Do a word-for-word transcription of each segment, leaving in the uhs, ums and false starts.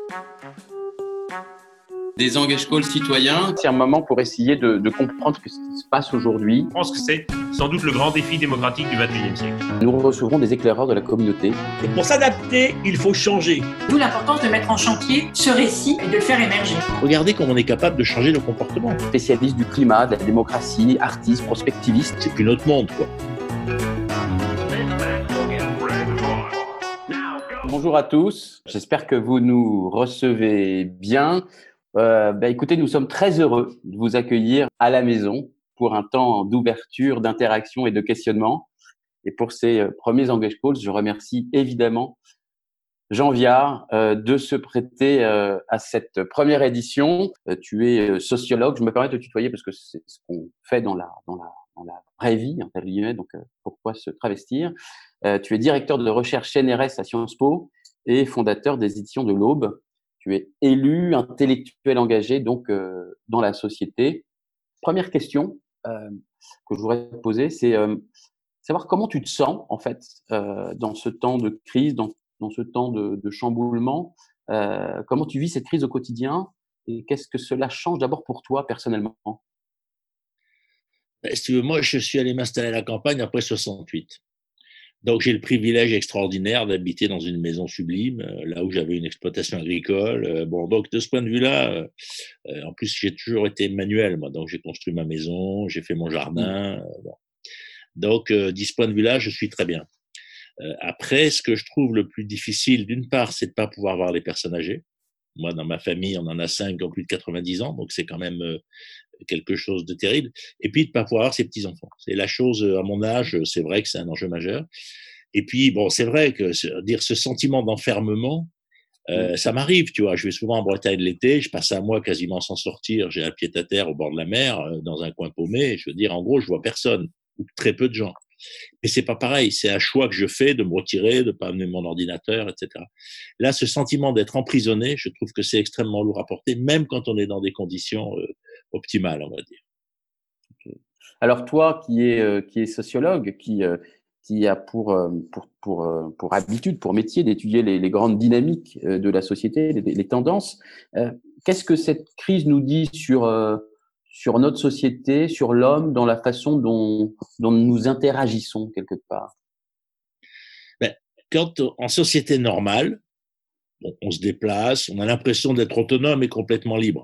Des engage calls citoyens. C'est un moment pour essayer de, de comprendre ce qui se passe aujourd'hui. Je pense que c'est sans doute le grand défi démocratique du vingt et unième siècle. Nous recevrons des éclaireurs de la communauté. Et pour s'adapter, il faut changer. D'où l'importance de mettre en chantier ce récit et de le faire émerger. Regardez comment on est capable de changer nos comportements. Spécialistes du climat, de la démocratie, artistes, prospectivistes. C'est plus notre monde, quoi. Bonjour à tous, j'espère que vous nous recevez bien. Euh, bah écoutez, nous sommes très heureux de vous accueillir à la maison pour un temps d'ouverture, d'interaction et de questionnement. Et pour ces premiers Engage Calls, je remercie évidemment Jean Viard euh, de se prêter euh, à cette première édition. Euh, tu es sociologue, je me permets de te tutoyer parce que c'est ce qu'on fait dans la dans la dans la vraie vie, entre guillemets, donc euh, pourquoi se travestir. Euh, tu es directeur de recherche C N R S à Sciences Po et fondateur des éditions de l'Aube. Tu es élu, intellectuel engagé donc euh, dans la société. Première question euh, que je voudrais te poser, c'est euh, savoir comment tu te sens en fait euh, dans ce temps de crise, dans, dans ce temps de, de chamboulement. Euh, comment tu vis cette crise au quotidien et qu'est-ce que cela change d'abord pour toi personnellement? Si tu veux, moi, je suis allé m'installer à la campagne après soixante-huit. Donc, j'ai le privilège extraordinaire d'habiter dans une maison sublime, euh, là où j'avais une exploitation agricole. Euh, bon, donc, de ce point de vue-là, euh, euh, en plus, j'ai toujours été manuel, moi. Donc, j'ai construit ma maison, j'ai fait mon jardin. Euh, bon. Donc, euh, de ce point de vue-là, je suis très bien. Euh, après, ce que je trouve le plus difficile, d'une part, c'est de pas pouvoir voir les personnes âgées. Moi, dans ma famille, on en a cinq qui ont plus de quatre-vingt-dix ans, donc c'est quand même euh, quelque chose de terrible. Et puis, de pas pouvoir avoir ses petits-enfants. C'est la chose, à mon âge, c'est vrai que c'est un enjeu majeur. Et puis, bon, c'est vrai que dire ce sentiment d'enfermement, euh, ça m'arrive, tu vois. Je vais souvent en Bretagne l'été, je passe un mois quasiment sans sortir, j'ai un pied-à-terre au bord de la mer, dans un coin paumé. Je veux dire, en gros, je vois personne, ou très peu de gens. Mais c'est pas pareil, c'est un choix que je fais de me retirer, de pas amener mon ordinateur, et cetera. Là, ce sentiment d'être emprisonné, je trouve que c'est extrêmement lourd à porter, même quand on est dans des conditions euh, optimales, on va dire. Okay. Alors toi, qui est euh, qui est sociologue, qui euh, qui a pour euh, pour pour euh, pour habitude, pour métier d'étudier les, les grandes dynamiques euh, de la société, les, les tendances, euh, qu'est-ce que cette crise nous dit sur euh, sur notre société, sur l'homme, dans la façon dont, dont nous interagissons quelque part? Ben, quand en société normale, on, on se déplace, on a l'impression d'être autonome et complètement libre.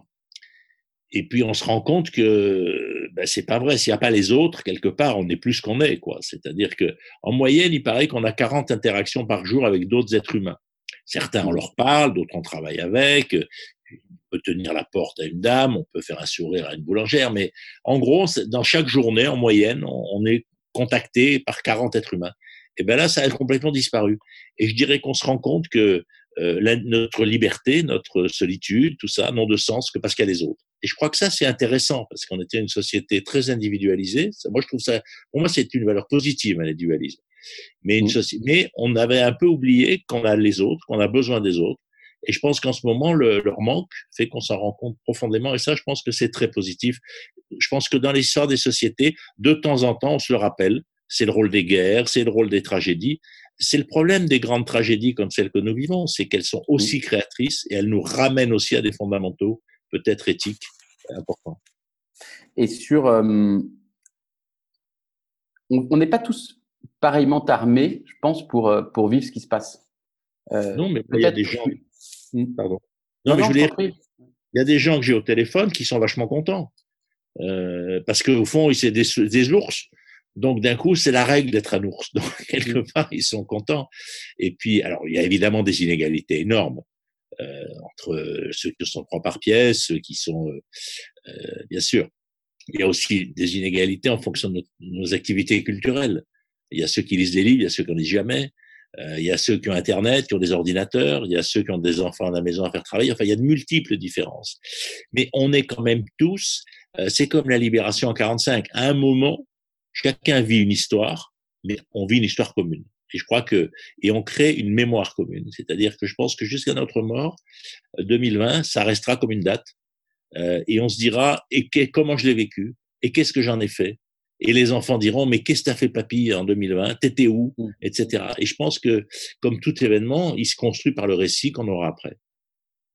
Et puis on se rend compte que ben, c'est pas vrai. S'il n'y a pas les autres, quelque part, on n'est plus ce qu'on est, quoi. C'est-à-dire que en moyenne, il paraît qu'on a quarante interactions par jour avec d'autres êtres humains. Certains, on leur parle, d'autres, on travaille avec. On peut tenir la porte à une dame, on peut faire un sourire à une boulangère, mais en gros, dans chaque journée, en moyenne, on est contacté par quarante êtres humains. Et ben là, ça a complètement disparu. Et je dirais qu'on se rend compte que euh, la, notre liberté, notre solitude, tout ça, n'ont de sens que parce qu'il y a les autres. Et je crois que ça, c'est intéressant, parce qu'on était une société très individualisée. Ça, moi, je trouve ça, pour moi, c'est une valeur positive, l'individualisme. Mais, une société, mais on avait un peu oublié qu'on a les autres, qu'on a besoin des autres. Et je pense qu'en ce moment, le, leur manque fait qu'on s'en rend compte profondément. Et ça, je pense que c'est très positif. Je pense que dans l'histoire des sociétés, de temps en temps, on se le rappelle. C'est le rôle des guerres, c'est le rôle des tragédies. C'est le problème des grandes tragédies comme celles que nous vivons, c'est qu'elles sont aussi créatrices et elles nous ramènent aussi à des fondamentaux, peut-être éthiques, importants. Et sur, euh, on n'est pas tous pareillement armés, je pense, pour pour vivre ce qui se passe. Euh, non, mais il y a des gens. Pardon. Non, non mais non, je voulais dire, il y a des gens que j'ai au téléphone qui sont vachement contents. Euh, parce qu'au fond, c'est des, des ours. Donc, d'un coup, c'est la règle d'être un ours. Donc, quelque part, ils sont contents. Et puis, alors, il y a évidemment des inégalités énormes euh, entre ceux qui sont pris par pièce, ceux qui sont, euh, euh, bien sûr. Il y a aussi des inégalités en fonction de nos, nos activités culturelles. Il y a ceux qui lisent des livres, il y a ceux qui n'en lisent jamais. Euh, il y a ceux qui ont Internet, qui ont des ordinateurs, il y a ceux qui ont des enfants à la maison à faire travailler. Enfin, il y a de multiples différences. Mais on est quand même tous, euh, c'est comme la libération en quarante-cinq. À un moment, chacun vit une histoire, mais on vit une histoire commune. Et je crois que, et on crée une mémoire commune. C'est-à-dire que je pense que jusqu'à notre mort, deux mille vingt, ça restera comme une date. Euh, et on se dira, et que, comment je l'ai vécu? Et qu'est-ce que j'en ai fait? Et les enfants diront, mais qu'est-ce que t'as fait, papy, en deux mille vingt? T'étais où? et cetera. Et je pense que, comme tout événement, il se construit par le récit qu'on aura après.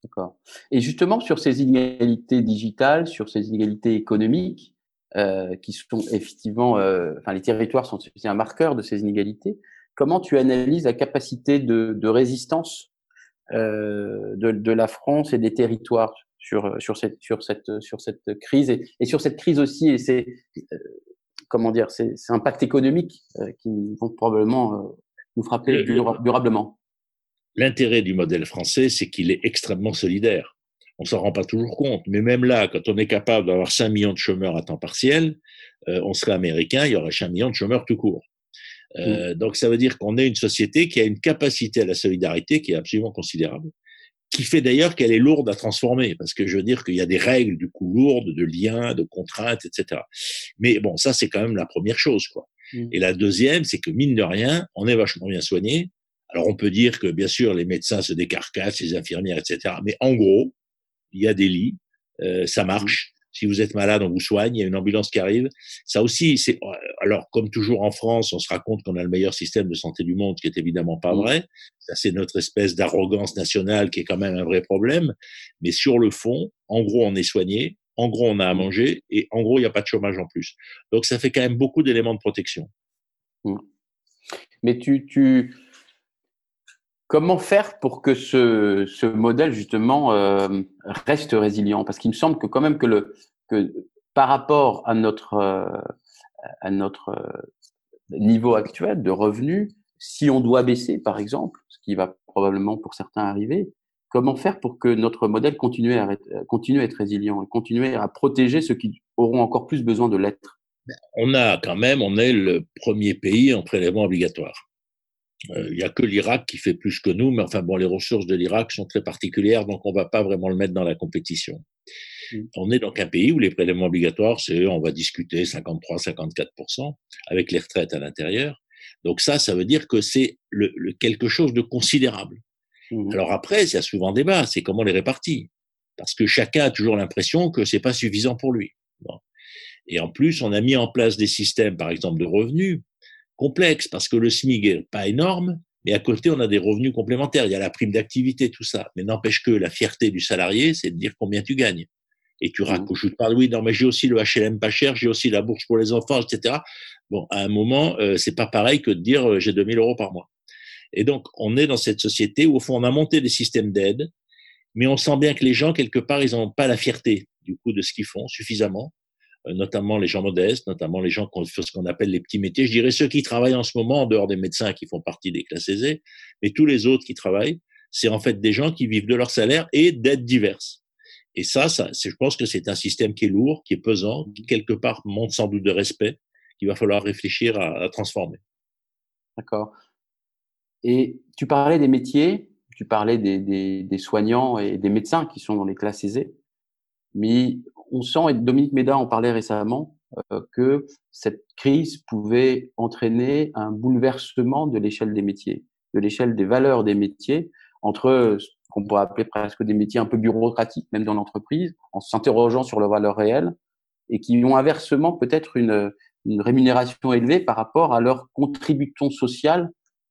D'accord. Et justement, sur ces inégalités digitales, sur ces inégalités économiques, euh, qui sont effectivement, euh, enfin, les territoires sont c'est un marqueur de ces inégalités. Comment tu analyses la capacité de, de résistance euh, de, de la France et des territoires sur sur cette sur cette sur cette crise et, et sur cette crise aussi et c'est euh, comment dire, ces, ces impacts économiques euh, qui vont probablement euh, nous frapper Le- dura- durablement. L'intérêt du modèle français, c'est qu'il est extrêmement solidaire. On s'en rend pas toujours compte, mais même là, quand on est capable d'avoir cinq millions de chômeurs à temps partiel, euh, on serait américain, il y aurait cinq millions de chômeurs tout court. Euh, Mm. donc ça veut dire qu'on est une société qui a une capacité à la solidarité qui est absolument considérable, qui fait d'ailleurs qu'elle est lourde à transformer, parce que je veux dire qu'il y a des règles du coup lourdes, de liens, de contraintes, et cetera. Mais bon, ça c'est quand même la première chose, quoi. Mm. Et la deuxième, c'est que mine de rien, on est vachement bien soigné. Alors on peut dire que bien sûr les médecins se décarcassent, les infirmières, et cetera. Mais en gros, il y a des lits, euh, ça marche. Si vous êtes malade, on vous soigne, il y a une ambulance qui arrive. Ça aussi, c'est alors comme toujours en France, on se raconte qu'on a le meilleur système de santé du monde, ce qui est évidemment pas Mm. vrai. Ça, c'est notre espèce d'arrogance nationale qui est quand même un vrai problème. Mais sur le fond, en gros, on est soigné, en gros, on a à Mm. manger, et en gros, il n'y a pas de chômage en plus. Donc, ça fait quand même beaucoup d'éléments de protection. Mm. Mais tu, tu, comment faire pour que ce, ce modèle justement euh, reste résilient? Parce qu'il me semble que quand même que le que par rapport à notre euh, à notre euh, niveau actuel de revenus, si on doit baisser par exemple, ce qui va probablement pour certains arriver, comment faire pour que notre modèle continue à être, continue à être résilient et continuer à protéger ceux qui auront encore plus besoin de l'être? On a quand même, on est le premier pays en prélèvement obligatoire. Euh, il y a que l'Irak qui fait plus que nous, mais enfin bon, les ressources de l'Irak sont très particulières, donc on va pas vraiment le mettre dans la compétition. Mm. On est donc un pays où les prélèvements obligatoires, c'est, on va discuter cinquante-trois, cinquante-quatre pour cent avec les retraites à l'intérieur. Donc ça, ça veut dire que c'est le, le quelque chose de considérable. Mm. Alors après, il y a souvent débat, c'est comment les répartir. Parce que chacun a toujours l'impression que c'est pas suffisant pour lui. Bon. Et en plus, on a mis en place des systèmes, par exemple, de revenus complexes, parce que le SMIC est pas énorme, mais à côté, on a des revenus complémentaires. Il y a la prime d'activité, tout ça. Mais n'empêche que la fierté du salarié, c'est de dire combien tu gagnes. Et tu raccroches pas, oui, non, mais j'ai aussi le H L M pas cher, j'ai aussi la bourse pour les enfants, et cetera. Bon, à un moment, euh, c'est pas pareil que de dire euh, j'ai deux mille euros par mois. Et donc, on est dans cette société où, au fond, on a monté des systèmes d'aide, mais on sent bien que les gens, quelque part, ils n'ont pas la fierté, du coup, de ce qu'ils font suffisamment, euh, notamment les gens modestes, notamment les gens qui font ce qu'on appelle les petits métiers. Je dirais ceux qui travaillent en ce moment, en dehors des médecins qui font partie des classes aisées, mais tous les autres qui travaillent, c'est en fait des gens qui vivent de leur salaire et d'aides diverses. Et ça, ça c'est, je pense que c'est un système qui est lourd, qui est pesant, qui quelque part manque sans doute de respect, qu'il va falloir réfléchir à, à transformer. D'accord. Et tu parlais des métiers, tu parlais des, des, des soignants et des médecins qui sont dans les classes aisées, mais on sent, et Dominique Méda en parlait récemment, euh, que cette crise pouvait entraîner un bouleversement de l'échelle des métiers, de l'échelle des valeurs des métiers, entre ce qu'on pourrait appeler presque des métiers un peu bureaucratiques, même dans l'entreprise, en s'interrogeant sur leurs valeurs réelles, et qui ont inversement peut-être une, une rémunération élevée par rapport à leur contribution sociale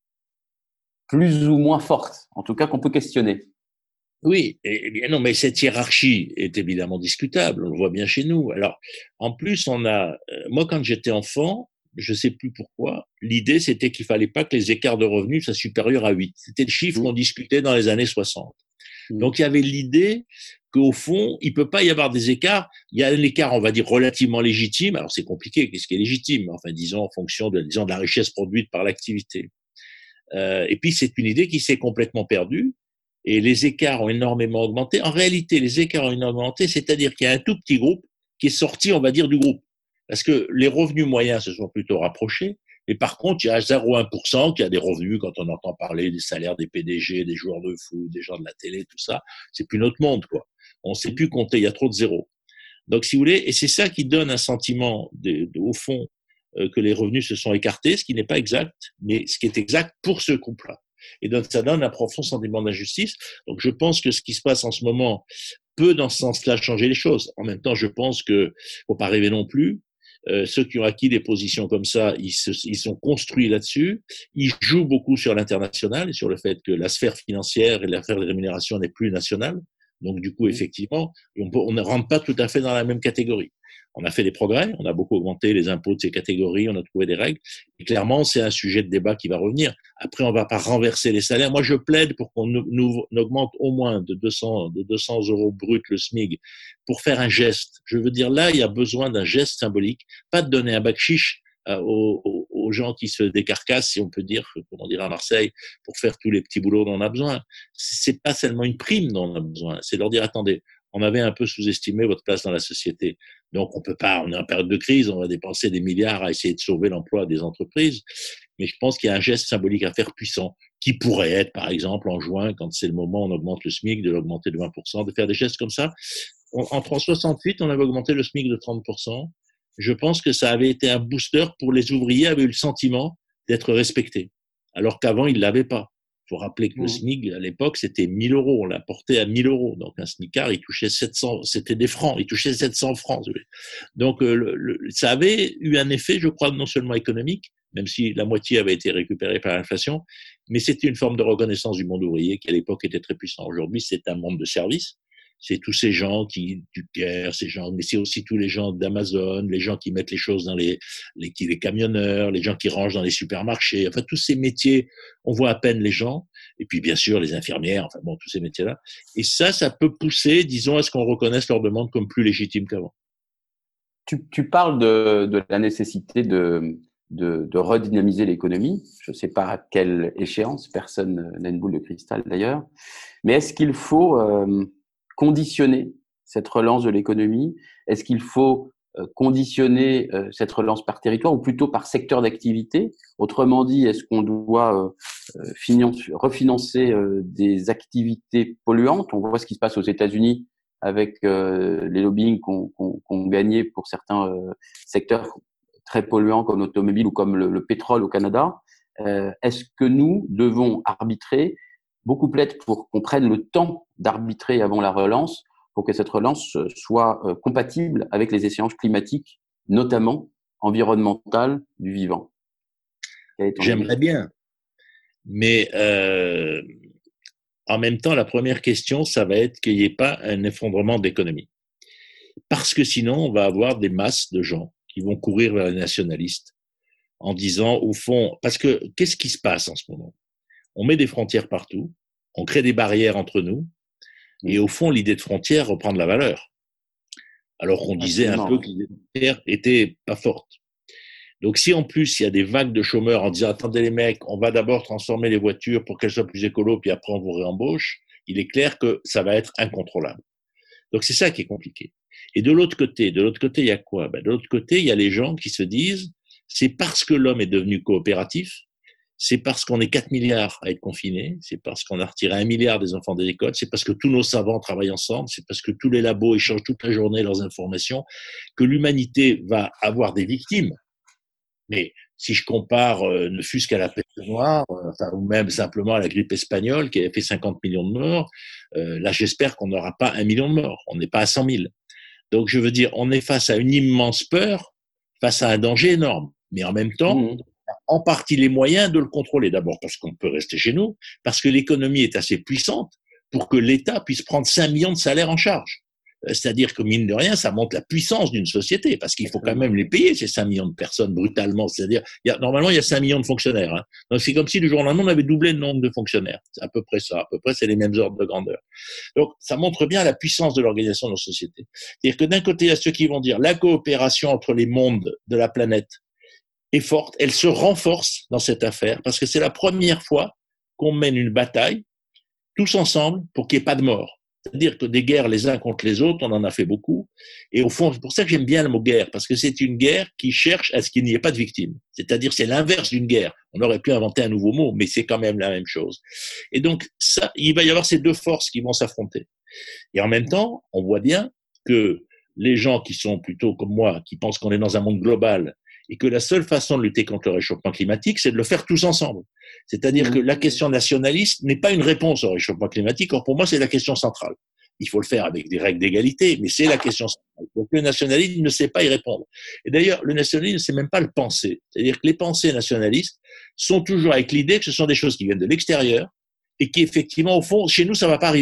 plus ou moins forte, en tout cas qu'on peut questionner. Oui, et, et bien non, mais cette hiérarchie est évidemment discutable, on le voit bien chez nous. Alors, en plus, on a, euh, moi quand j'étais enfant, je sais plus pourquoi, l'idée c'était qu'il fallait pas que les écarts de revenus soient supérieurs à huit. C'était le chiffre Mmh. qu'on discutait dans les années soixante. Mmh. Donc il y avait l'idée qu'au fond, il peut pas y avoir des écarts. Il y a un écart, on va dire, relativement légitime. Alors c'est compliqué, qu'est-ce qui est légitime? Enfin, disons, en fonction de, disons, de la richesse produite par l'activité. Euh, et puis c'est une idée qui s'est complètement perdue. Et les écarts ont énormément augmenté. En réalité, les écarts ont énormément augmenté, c'est-à-dire qu'il y a un tout petit groupe qui est sorti, on va dire, du groupe. Parce que les revenus moyens se sont plutôt rapprochés. Mais par contre, il y a zéro virgule un pour cent qui a des revenus quand on entend parler des salaires des P D G, des joueurs de foot, des gens de la télé, tout ça. C'est plus notre monde, quoi. On ne sait plus compter, il y a trop de zéros. Donc, si vous voulez, et c'est ça qui donne un sentiment, de, de, au fond, euh, que les revenus se sont écartés, ce qui n'est pas exact, mais ce qui est exact pour ce groupe-là. Et donc, ça donne un profond sentiment d'injustice. Donc, je pense que ce qui se passe en ce moment peut, dans ce sens-là, changer les choses. En même temps, je pense que, faut pas rêver non plus. Euh, ceux qui ont acquis des positions comme ça, ils se, ils sont construits là-dessus. Ils jouent beaucoup sur l'international et sur le fait que la sphère financière et l'affaire des rémunérations n'est plus nationale. Donc, du coup, effectivement, on, peut, on ne rentre pas tout à fait dans la même catégorie. On a fait des progrès, on a beaucoup augmenté les impôts de ces catégories, on a trouvé des règles. Et clairement, c'est un sujet de débat qui va revenir. Après, on ne va pas renverser les salaires. Moi, je plaide pour qu'on nous augmente au moins de deux cents, de deux cents euros brut le SMIC pour faire un geste. Je veux dire, là, il y a besoin d'un geste symbolique, pas de donner un bac chiche aux, aux, aux gens qui se décarcassent, si on peut dire, comme on dirait à Marseille, pour faire tous les petits boulots dont on a besoin. C'est pas seulement une prime dont on a besoin, c'est de leur dire, attendez, on avait un peu sous-estimé votre place dans la société. Donc, on peut pas, on est en période de crise, on va dépenser des milliards à essayer de sauver l'emploi des entreprises. Mais je pense qu'il y a un geste symbolique à faire puissant, qui pourrait être, par exemple, en juin, quand c'est le moment où on augmente le SMIC, de l'augmenter de vingt pour cent, de faire des gestes comme ça. On, entre soixante-huit, on avait augmenté le SMIC de trente pour cent. Je pense que ça avait été un booster pour les ouvriers, avaient eu le sentiment d'être respectés. Alors qu'avant, ils l'avaient pas. Il faut rappeler que le SMIC, à l'époque, c'était mille euros. On l'a porté à mille euros. Donc, un SMICard, il touchait sept cents, c'était des francs. Il touchait sept cents francs. Donc, euh, le, le, ça avait eu un effet, je crois, non seulement économique, même si la moitié avait été récupérée par l'inflation, mais c'était une forme de reconnaissance du monde ouvrier qui, à l'époque, était très puissant. Aujourd'hui, c'est un monde de service. C'est tous ces gens qui, du Caire, ces gens, mais c'est aussi tous les gens d'Amazon, les gens qui mettent les choses dans les, les, les camionneurs, les gens qui rangent dans les supermarchés, enfin, tous ces métiers, on voit à peine les gens. Et puis, bien sûr, les infirmières, enfin bon, tous ces métiers-là. Et ça, ça peut pousser, disons, à ce qu'on reconnaisse leurs demandes comme plus légitimes qu'avant. Tu, tu parles de, de la nécessité de, de, de redynamiser l'économie. Je ne sais pas à quelle échéance, personne n'a une boule de cristal d'ailleurs. Mais est-ce qu'il faut euh, conditionner cette relance de l'économie? Est-ce qu'il faut euh, conditionner euh, cette relance par territoire ou plutôt par secteur d'activité? Autrement dit, est-ce qu'on doit euh, financer, refinancer euh, des activités polluantes? On voit ce qui se passe aux États-Unis avec euh, les lobbying qu'on qu'on, qu'on gagnait pour certains euh, secteurs très polluants comme l'automobile ou comme le, le pétrole au Canada. Euh, est-ce que nous devons arbitrer? Beaucoup plaident pour qu'on prenne le temps d'arbitrer avant la relance pour que cette relance soit euh, compatible avec les échéances climatiques, notamment environnementales du vivant. J'aimerais bien, mais euh, en même temps, la première question, ça va être qu'il n'y ait pas un effondrement de l'économie. Parce que sinon, on va avoir des masses de gens qui vont courir vers les nationalistes en disant, au fond, parce que qu'est-ce qui se passe en ce moment? On met des frontières partout, on crée des barrières entre nous, et au fond, l'idée de frontière reprend de la valeur. Alors qu'on disait un peu que l'idée de frontière était pas forte. Donc si en plus, il y a des vagues de chômeurs en disant, attendez les mecs, on va d'abord transformer les voitures pour qu'elles soient plus écolo, puis après on vous réembauche, il est clair que ça va être incontrôlable. Donc c'est ça qui est compliqué. Et de l'autre côté, de l'autre côté, il y a quoi? Ben, de l'autre côté, il y a les gens qui se disent, c'est parce que l'homme est devenu coopératif, c'est parce qu'on est quatre milliards à être confinés, c'est parce qu'on a retiré un milliard des enfants des écoles, c'est parce que tous nos savants travaillent ensemble, c'est parce que tous les labos échangent toute la journée leurs informations, que l'humanité va avoir des victimes. Mais si je compare, euh, ne fût-ce qu'à la peste noire, euh, enfin, ou même simplement à la grippe espagnole qui avait fait cinquante millions de morts, euh, là j'espère qu'on n'aura pas un million de morts, on n'est pas à cent mille. Donc je veux dire, on est face à une immense peur, face à un danger énorme, mais en même temps, mmh. en partie les moyens de le contrôler. D'abord parce qu'on peut rester chez nous, parce que l'économie est assez puissante pour que l'État puisse prendre cinq millions de salaires en charge. C'est-à-dire que, mine de rien, ça montre la puissance d'une société, parce qu'il faut quand même les payer, ces cinq millions de personnes, brutalement. C'est-à-dire, il y a, normalement, il y a cinq millions de fonctionnaires. Hein. Donc, c'est comme si du jour au lendemain, on avait doublé le nombre de fonctionnaires. C'est à peu près ça. À peu près, c'est les mêmes ordres de grandeur. Donc, ça montre bien la puissance de l'organisation de nos sociétés. C'est-à-dire que d'un côté, il y a ceux qui vont dire la coopération entre les mondes de la planète est forte, elle se renforce dans cette affaire, parce que c'est la première fois qu'on mène une bataille tous ensemble pour qu'il n'y ait pas de mort. C'est-à-dire que des guerres les uns contre les autres, on en a fait beaucoup. Et au fond, c'est pour ça que j'aime bien le mot guerre, parce que c'est une guerre qui cherche à ce qu'il n'y ait pas de victimes. C'est-à-dire, c'est l'inverse d'une guerre. On aurait pu inventer un nouveau mot, mais c'est quand même la même chose. Et donc, ça, il va y avoir ces deux forces qui vont s'affronter. Et en même temps, on voit bien que les gens qui sont plutôt comme moi, qui pensent qu'on est dans un monde global, et que la seule façon de lutter contre le réchauffement climatique, c'est de le faire tous ensemble. C'est-à-dire que la question nationaliste n'est pas une réponse au réchauffement climatique. Or, pour moi, c'est la question centrale. Il faut le faire avec des règles d'égalité, mais c'est la question centrale. Donc, le nationalisme ne sait pas y répondre. Et d'ailleurs, le nationalisme ne sait même pas le penser. C'est-à-dire que les pensées nationalistes sont toujours avec l'idée que ce sont des choses qui viennent de l'extérieur et qui, effectivement, au fond, chez nous, ça va pas arriver.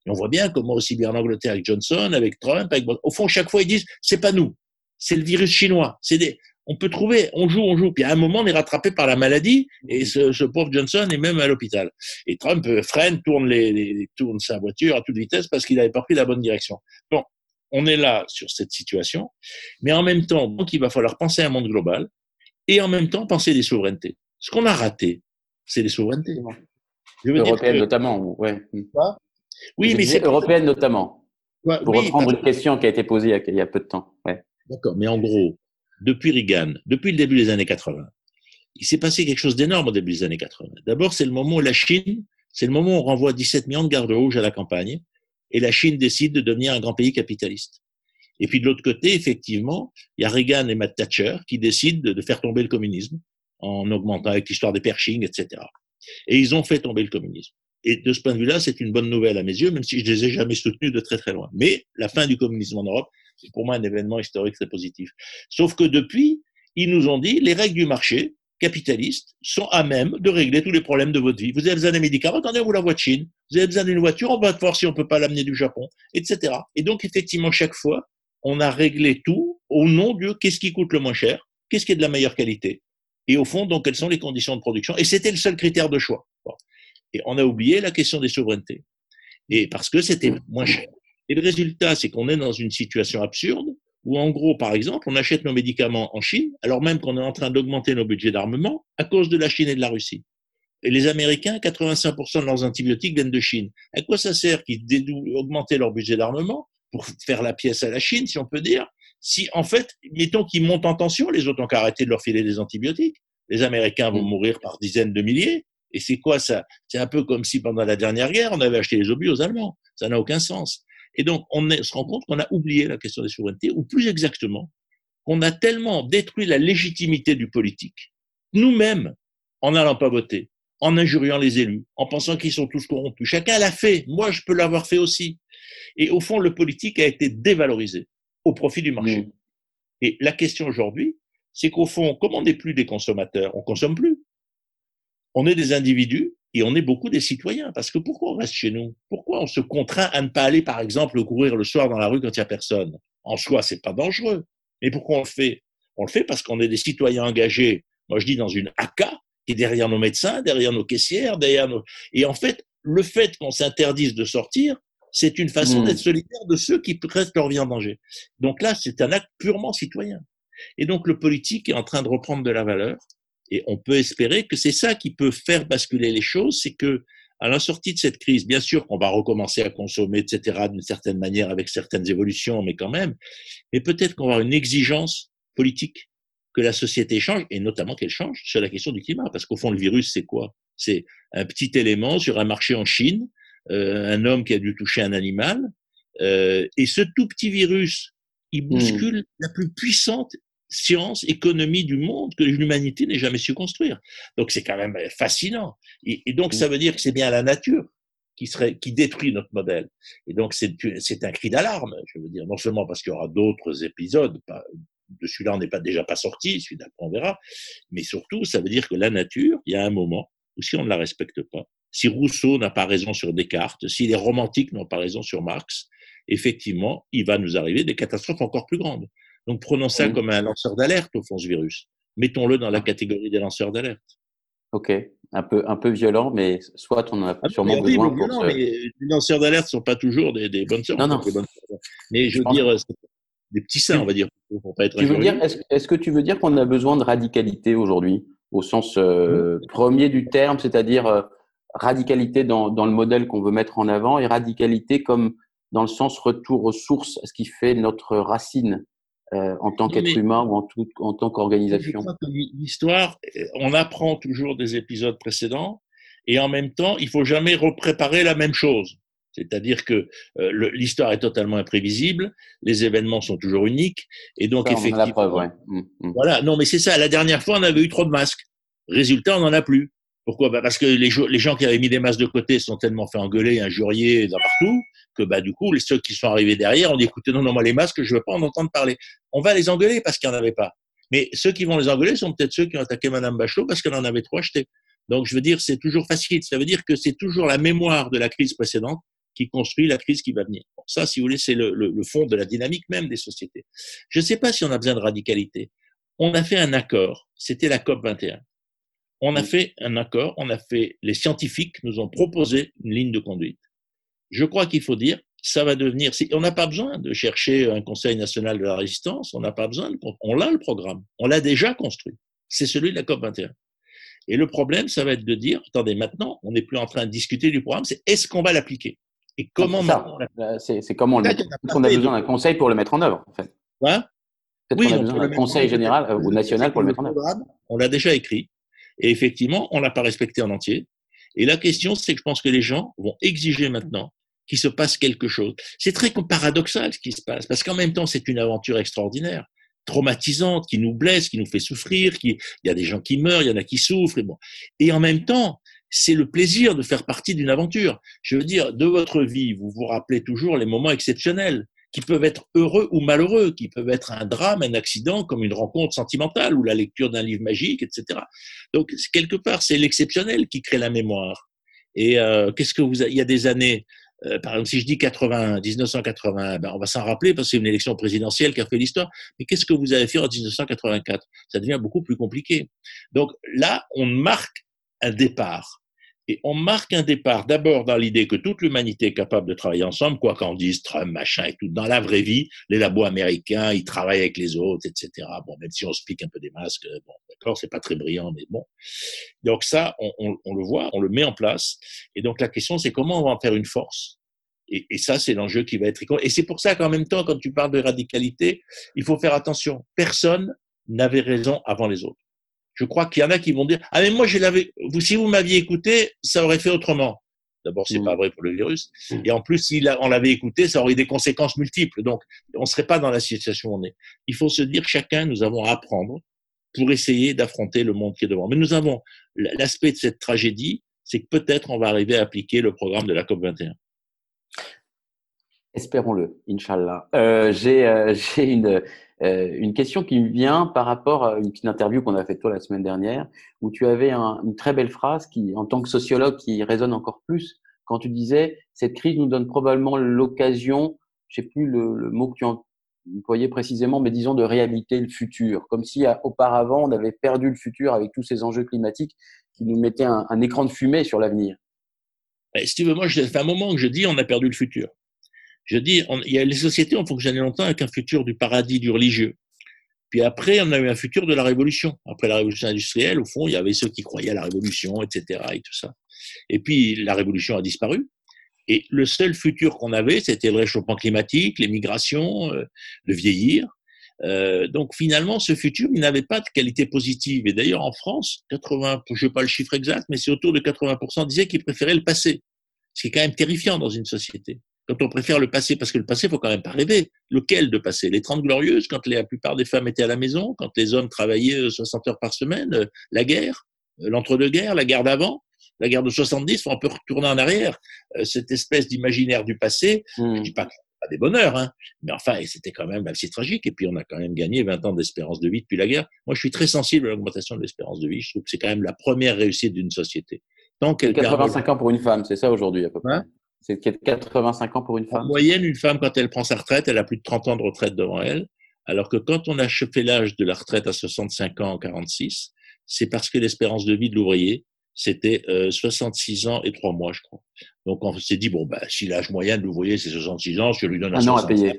Et on voit bien comment aussi bien en Angleterre avec Johnson, avec Trump, avec au fond chaque fois ils disent c'est pas nous, c'est le virus chinois. C'est des, on peut trouver, on joue, on joue, puis à un moment on est rattrapé par la maladie et ce, ce pauvre Johnson est même à l'hôpital. Et Trump freine, tourne les, les tourne sa voiture à toute vitesse parce qu'il n'avait pas pris la bonne direction. Bon, on est là sur cette situation, mais en même temps donc il va falloir penser à un monde global et en même temps penser des souverainetés. Ce qu'on a raté, c'est les souverainetés. Je veux européenne dire que, notamment, ouais. Quoi oui, je mais c'est européenne notamment. Ouais, pour oui, reprendre parce... une question qui a été posée il y a, il y a peu de temps. Ouais. D'accord, mais en gros, depuis Reagan, depuis le début des années quatre-vingts, il s'est passé quelque chose d'énorme au début des années quatre-vingts. D'abord, c'est le moment où la Chine, c'est le moment où on renvoie dix-sept millions de gardes rouges à la campagne et la Chine décide de devenir un grand pays capitaliste. Et puis de l'autre côté, effectivement, il y a Reagan et Matt Thatcher qui décident de, de faire tomber le communisme en augmentant avec l'histoire des Pershing, et cetera. Et ils ont fait tomber le communisme. Et de ce point de vue-là, c'est une bonne nouvelle à mes yeux, même si je ne les ai jamais soutenus de très très loin. Mais la fin du communisme en Europe, c'est pour moi un événement historique très positif. Sauf que depuis, ils nous ont dit les règles du marché capitaliste sont à même de régler tous les problèmes de votre vie. Vous avez besoin d'un médicament, attendez, on vous l'envoie de Chine. Vous avez besoin d'une voiture, on va voir si on ne peut pas l'amener du Japon, et cetera. Et donc, effectivement, chaque fois, on a réglé tout au nom de qu'est-ce qui coûte le moins cher, qu'est-ce qui est de la meilleure qualité. Et au fond, donc, quelles sont les conditions de production. Et c'était le seul critère de choix. Bon. Et on a oublié la question des souverainetés. Et parce que c'était moins cher. Et le résultat, c'est qu'on est dans une situation absurde où, en gros, par exemple, on achète nos médicaments en Chine, alors même qu'on est en train d'augmenter nos budgets d'armement à cause de la Chine et de la Russie. Et les Américains, quatre-vingt-cinq pour cent de leurs antibiotiques viennent de Chine. À quoi ça sert qu'ils augmentent leur budget d'armement pour faire la pièce à la Chine, si on peut dire, si, en fait, mettons qu'ils montent en tension, les autres ont qu'à arrêter de leur filer des antibiotiques. Les Américains vont mourir par dizaines de milliers. Et c'est quoi ça? C'est un peu comme si pendant la dernière guerre, on avait acheté les obus aux Allemands. Ça n'a aucun sens. Et donc, on se rend compte qu'on a oublié la question des souverainetés, ou plus exactement, qu'on a tellement détruit la légitimité du politique, nous-mêmes, en n'allant pas voter, en injuriant les élus, en pensant qu'ils sont tous corrompus. Chacun l'a fait. Moi, je peux l'avoir fait aussi. Et au fond, le politique a été dévalorisé au profit du marché. Mmh. Et la question aujourd'hui, c'est qu'au fond, comme on n'est plus des consommateurs, on consomme plus. On est des individus et on est beaucoup des citoyens. Parce que pourquoi on reste chez nous? Pourquoi on se contraint à ne pas aller, par exemple, courir le soir dans la rue quand il n'y a personne? En soi, c'est pas dangereux. Mais pourquoi on le fait? On le fait parce qu'on est des citoyens engagés. Moi, je dis dans une A C A qui est derrière nos médecins, derrière nos caissières, derrière nos... Et en fait, le fait qu'on s'interdise de sortir, c'est une façon mmh. d'être solidaire de ceux qui restent leur vie en danger. Donc là, c'est un acte purement citoyen. Et donc, le politique est en train de reprendre de la valeur. Et on peut espérer que c'est ça qui peut faire basculer les choses, c'est que, à la sortie de cette crise, bien sûr qu'on va recommencer à consommer, et cetera, d'une certaine manière, avec certaines évolutions, mais quand même, mais peut-être qu'on va avoir une exigence politique que la société change, et notamment qu'elle change sur la question du climat. Parce qu'au fond, le virus, c'est quoi? C'est un petit élément sur un marché en Chine, euh, un homme qui a dû toucher un animal, euh, et ce tout petit virus, il bouscule mmh. la plus puissante science, économie du monde que l'humanité n'ait jamais su construire. Donc c'est quand même fascinant. Et, et donc ça veut dire que c'est bien la nature qui serait, qui détruit notre modèle. Et donc c'est, c'est un cri d'alarme, je veux dire, non seulement parce qu'il y aura d'autres épisodes, pas, de celui-là on n'est pas déjà pas sorti, celui d'après on verra, mais surtout ça veut dire que la nature, il y a un moment où si on ne la respecte pas, si Rousseau n'a pas raison sur Descartes, si les romantiques n'ont pas raison sur Marx, effectivement, il va nous arriver des catastrophes encore plus grandes. Donc, prenons ça mmh. comme un lanceur d'alerte, au fond, ce virus. Mettons-le dans la catégorie des lanceurs d'alerte. Ok, un peu, un peu violent, mais soit on a ah, sûrement mais besoin horrible, pour non, se... mais les lanceurs d'alerte ne sont pas toujours des, des bonnes sœurs. Non, non. Des bonnes sœurs. Mais je veux dire, que... des petits saints, on va dire, pour pas être tu veux dire, est-ce, est-ce que tu veux dire qu'on a besoin de radicalité aujourd'hui, au sens euh, mmh. premier du terme, c'est-à-dire euh, radicalité dans, dans le modèle qu'on veut mettre en avant et radicalité comme dans le sens retour aux sources, ce qui fait notre racine euh, en tant non, qu'être humain ou en, tout, en tant qu'organisation. Je crois que l'histoire, on apprend toujours des épisodes précédents et en même temps, il faut jamais repréparer la même chose. C'est-à-dire que euh, le, l'histoire est totalement imprévisible, les événements sont toujours uniques et donc ça, effectivement, on a la preuve, ouais. mmh, mmh. Voilà. Non, mais c'est ça. La dernière fois, on avait eu trop de masques. Résultat, on n'en a plus. Pourquoi? Bah parce que les, les gens qui avaient mis des masques de côté sont tellement fait engueuler, injurier d'un partout, que bah du coup, les ceux qui sont arrivés derrière ont dit écoutez, non, non, moi les masques, je veux pas en entendre parler. On va les engueuler parce qu'il n'y en avait pas. Mais ceux qui vont les engueuler sont peut-être ceux qui ont attaqué Madame Bachelot parce qu'elle en avait trop acheté. Donc je veux dire, c'est toujours facile. Ça veut dire que c'est toujours la mémoire de la crise précédente qui construit la crise qui va venir. Bon, ça, si vous voulez, c'est le, le, le fond de la dynamique même des sociétés. Je ne sais pas si on a besoin de radicalité. On a fait un accord, c'était la COP vingt et un. On a fait un accord, on a fait, les scientifiques nous ont proposé une ligne de conduite. Je crois qu'il faut dire, ça va devenir, on n'a pas besoin de chercher un Conseil national de la résistance, on n'a pas besoin, de, on l'a le programme, on l'a déjà construit. C'est celui de la COP vingt et un. Et le problème, ça va être de dire, attendez, maintenant, on n'est plus en train de discuter du programme, c'est est-ce qu'on va l'appliquer? Et comment c'est, c'est comment le mettre. Est-ce qu'on a besoin d'un conseil pour le mettre en œuvre, en fait? Hein Peut-être oui, qu'on a besoin d'un conseil général euh, ou national pour le mettre en œuvre. On l'a déjà écrit. Et effectivement, on l'a pas respecté en entier. Et la question, c'est que je pense que les gens vont exiger maintenant qu'il se passe quelque chose. C'est très paradoxal ce qui se passe, parce qu'en même temps, c'est une aventure extraordinaire, traumatisante, qui nous blesse, qui nous fait souffrir, qui, il y a des gens qui meurent, il y en a qui souffrent, et bon. Et en même temps, c'est le plaisir de faire partie d'une aventure. Je veux dire, de votre vie, vous vous rappelez toujours les moments exceptionnels, qui peuvent être heureux ou malheureux, qui peuvent être un drame, un accident, comme une rencontre sentimentale ou la lecture d'un livre magique, et cetera. Donc, quelque part, c'est l'exceptionnel qui crée la mémoire. Et euh, qu'est-ce que vous, a... il y a des années, euh, par exemple, si je dis quatre-vingts, dix-neuf cent quatre-vingts, ben on va s'en rappeler parce que c'est une élection présidentielle qui a fait l'histoire. Mais qu'est-ce que vous avez fait en dix-neuf cent quatre-vingt-quatre? Ça devient beaucoup plus compliqué. Donc là, on marque un départ. Et on marque un départ d'abord dans l'idée que toute l'humanité est capable de travailler ensemble, quoi qu'en dise Trump, machin et tout. Dans la vraie vie, les labos américains, ils travaillent avec les autres, et cetera. Bon, même si on se pique un peu des masques, bon, d'accord, c'est pas très brillant, mais bon. Donc ça, on, on, on le voit, on le met en place. Et donc la question, c'est comment on va en faire une force. Et, et ça, c'est l'enjeu qui va être. Et c'est pour ça qu'en même temps, quand tu parles de radicalité, il faut faire attention. Personne n'avait raison avant les autres. Je crois qu'il y en a qui vont dire « Ah, mais moi, je l'avais, vous, si vous m'aviez écouté, ça aurait fait autrement. » D'abord, c'est mmh. pas vrai pour le virus. Mmh. Et en plus, si on l'avait écouté, ça aurait eu des conséquences multiples. Donc, on serait pas dans la situation où on est. Il faut se dire, chacun, nous avons à apprendre pour essayer d'affronter le monde qui est devant. Mais nous avons l'aspect de cette tragédie, c'est que peut-être on va arriver à appliquer le programme de la COP vingt et un. Espérons-le, Inch'Allah. Euh, j'ai, euh, j'ai une, euh, une question qui me vient par rapport à une petite interview qu'on a faite toi la semaine dernière, où tu avais un, une très belle phrase qui, en tant que sociologue, qui résonne encore plus quand tu disais « Cette crise nous donne probablement l'occasion », je sais plus le, le mot que tu employais précisément, mais disons de réhabiliter le futur, comme si auparavant on avait perdu le futur avec tous ces enjeux climatiques qui nous mettaient un, un écran de fumée sur l'avenir. Ben, si tu veux, moi, ça fait un moment que je dis on a perdu le futur. Je dis, on, il y a les sociétés ont fonctionné longtemps avec un futur du paradis, du religieux. Puis après, on a eu un futur de la révolution. Après la révolution industrielle, au fond, il y avait ceux qui croyaient à la révolution, et cetera et tout ça. Et puis, la révolution a disparu. Et le seul futur qu'on avait, c'était le réchauffement climatique, les migrations, euh, le vieillir. Euh, donc finalement, ce futur, il n'avait pas de qualité positive. Et d'ailleurs, en France, quatre-vingts, je ne sais pas le chiffre exact, mais c'est autour de quatre-vingts pour cent disaient qu'ils préféraient le passé. Ce qui est quand même terrifiant dans une société. Quand on préfère le passé, parce que le passé, il faut quand même pas rêver. Lequel de passé? Les Trente Glorieuses, quand la plupart des femmes étaient à la maison, quand les hommes travaillaient soixante heures par semaine, la guerre, l'entre-deux-guerres, la guerre d'avant, la guerre de soixante-dix, on peut retourner en arrière. Cette espèce d'imaginaire du passé, mmh. je dis pas que c'est pas des bonheurs, hein, mais enfin, c'était quand même assez tragique. Et puis, on a quand même gagné vingt ans d'espérance de vie depuis la guerre. Moi, je suis très sensible à l'augmentation de l'espérance de vie. Je trouve que c'est quand même la première réussite d'une société. Tant qu'elle quatre-vingt-cinq permet... ans pour une femme, c'est ça aujourd'hui à peu près. Hein? C'est quatre-vingt-cinq ans pour une femme. En moyenne, une femme, quand elle prend sa retraite, elle a plus de trente ans de retraite devant elle. Alors que quand on a fait l'âge de la retraite à soixante-cinq ans en quarante-six, c'est parce que l'espérance de vie de l'ouvrier, c'était euh, soixante-six ans et trois mois, je crois. Donc, on s'est dit, bon, bah, si l'âge moyen de l'ouvrier, c'est soixante-six ans, je lui donne un, un an à payer.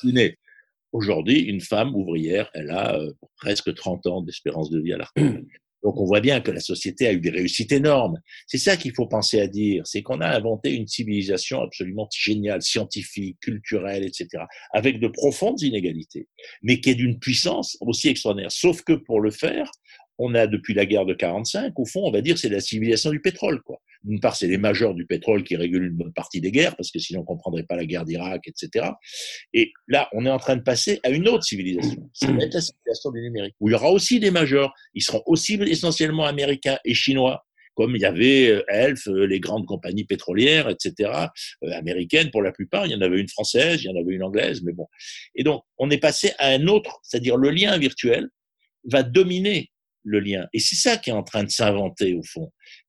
Aujourd'hui, une femme ouvrière, elle a euh, presque trente ans d'espérance de vie à la retraite. Donc, on voit bien que la société a eu des réussites énormes. C'est ça qu'il faut penser à dire, c'est qu'on a inventé une civilisation absolument géniale, scientifique, culturelle, et cetera, avec de profondes inégalités, mais qui est d'une puissance aussi extraordinaire. Sauf que pour le faire, on a, depuis la guerre de quarante-cinq, au fond, on va dire, c'est la civilisation du pétrole, quoi. D'une part, c'est les majors du pétrole qui régulent une bonne partie des guerres, parce que sinon on comprendrait pas la guerre d'Irak, et cetera. Et là, on est en train de passer à une autre civilisation. Ça va être la civilisation du numérique, où il y aura aussi des majors. Ils seront aussi essentiellement américains et chinois, comme il y avait Elf, les grandes compagnies pétrolières, et cetera, euh, américaines pour la plupart. Il y en avait une française, il y en avait une anglaise, mais bon. Et donc, on est passé à un autre, c'est-à-dire le lien virtuel va dominer le lien. Et c'est ça qui est en train de s'inventer, au fond.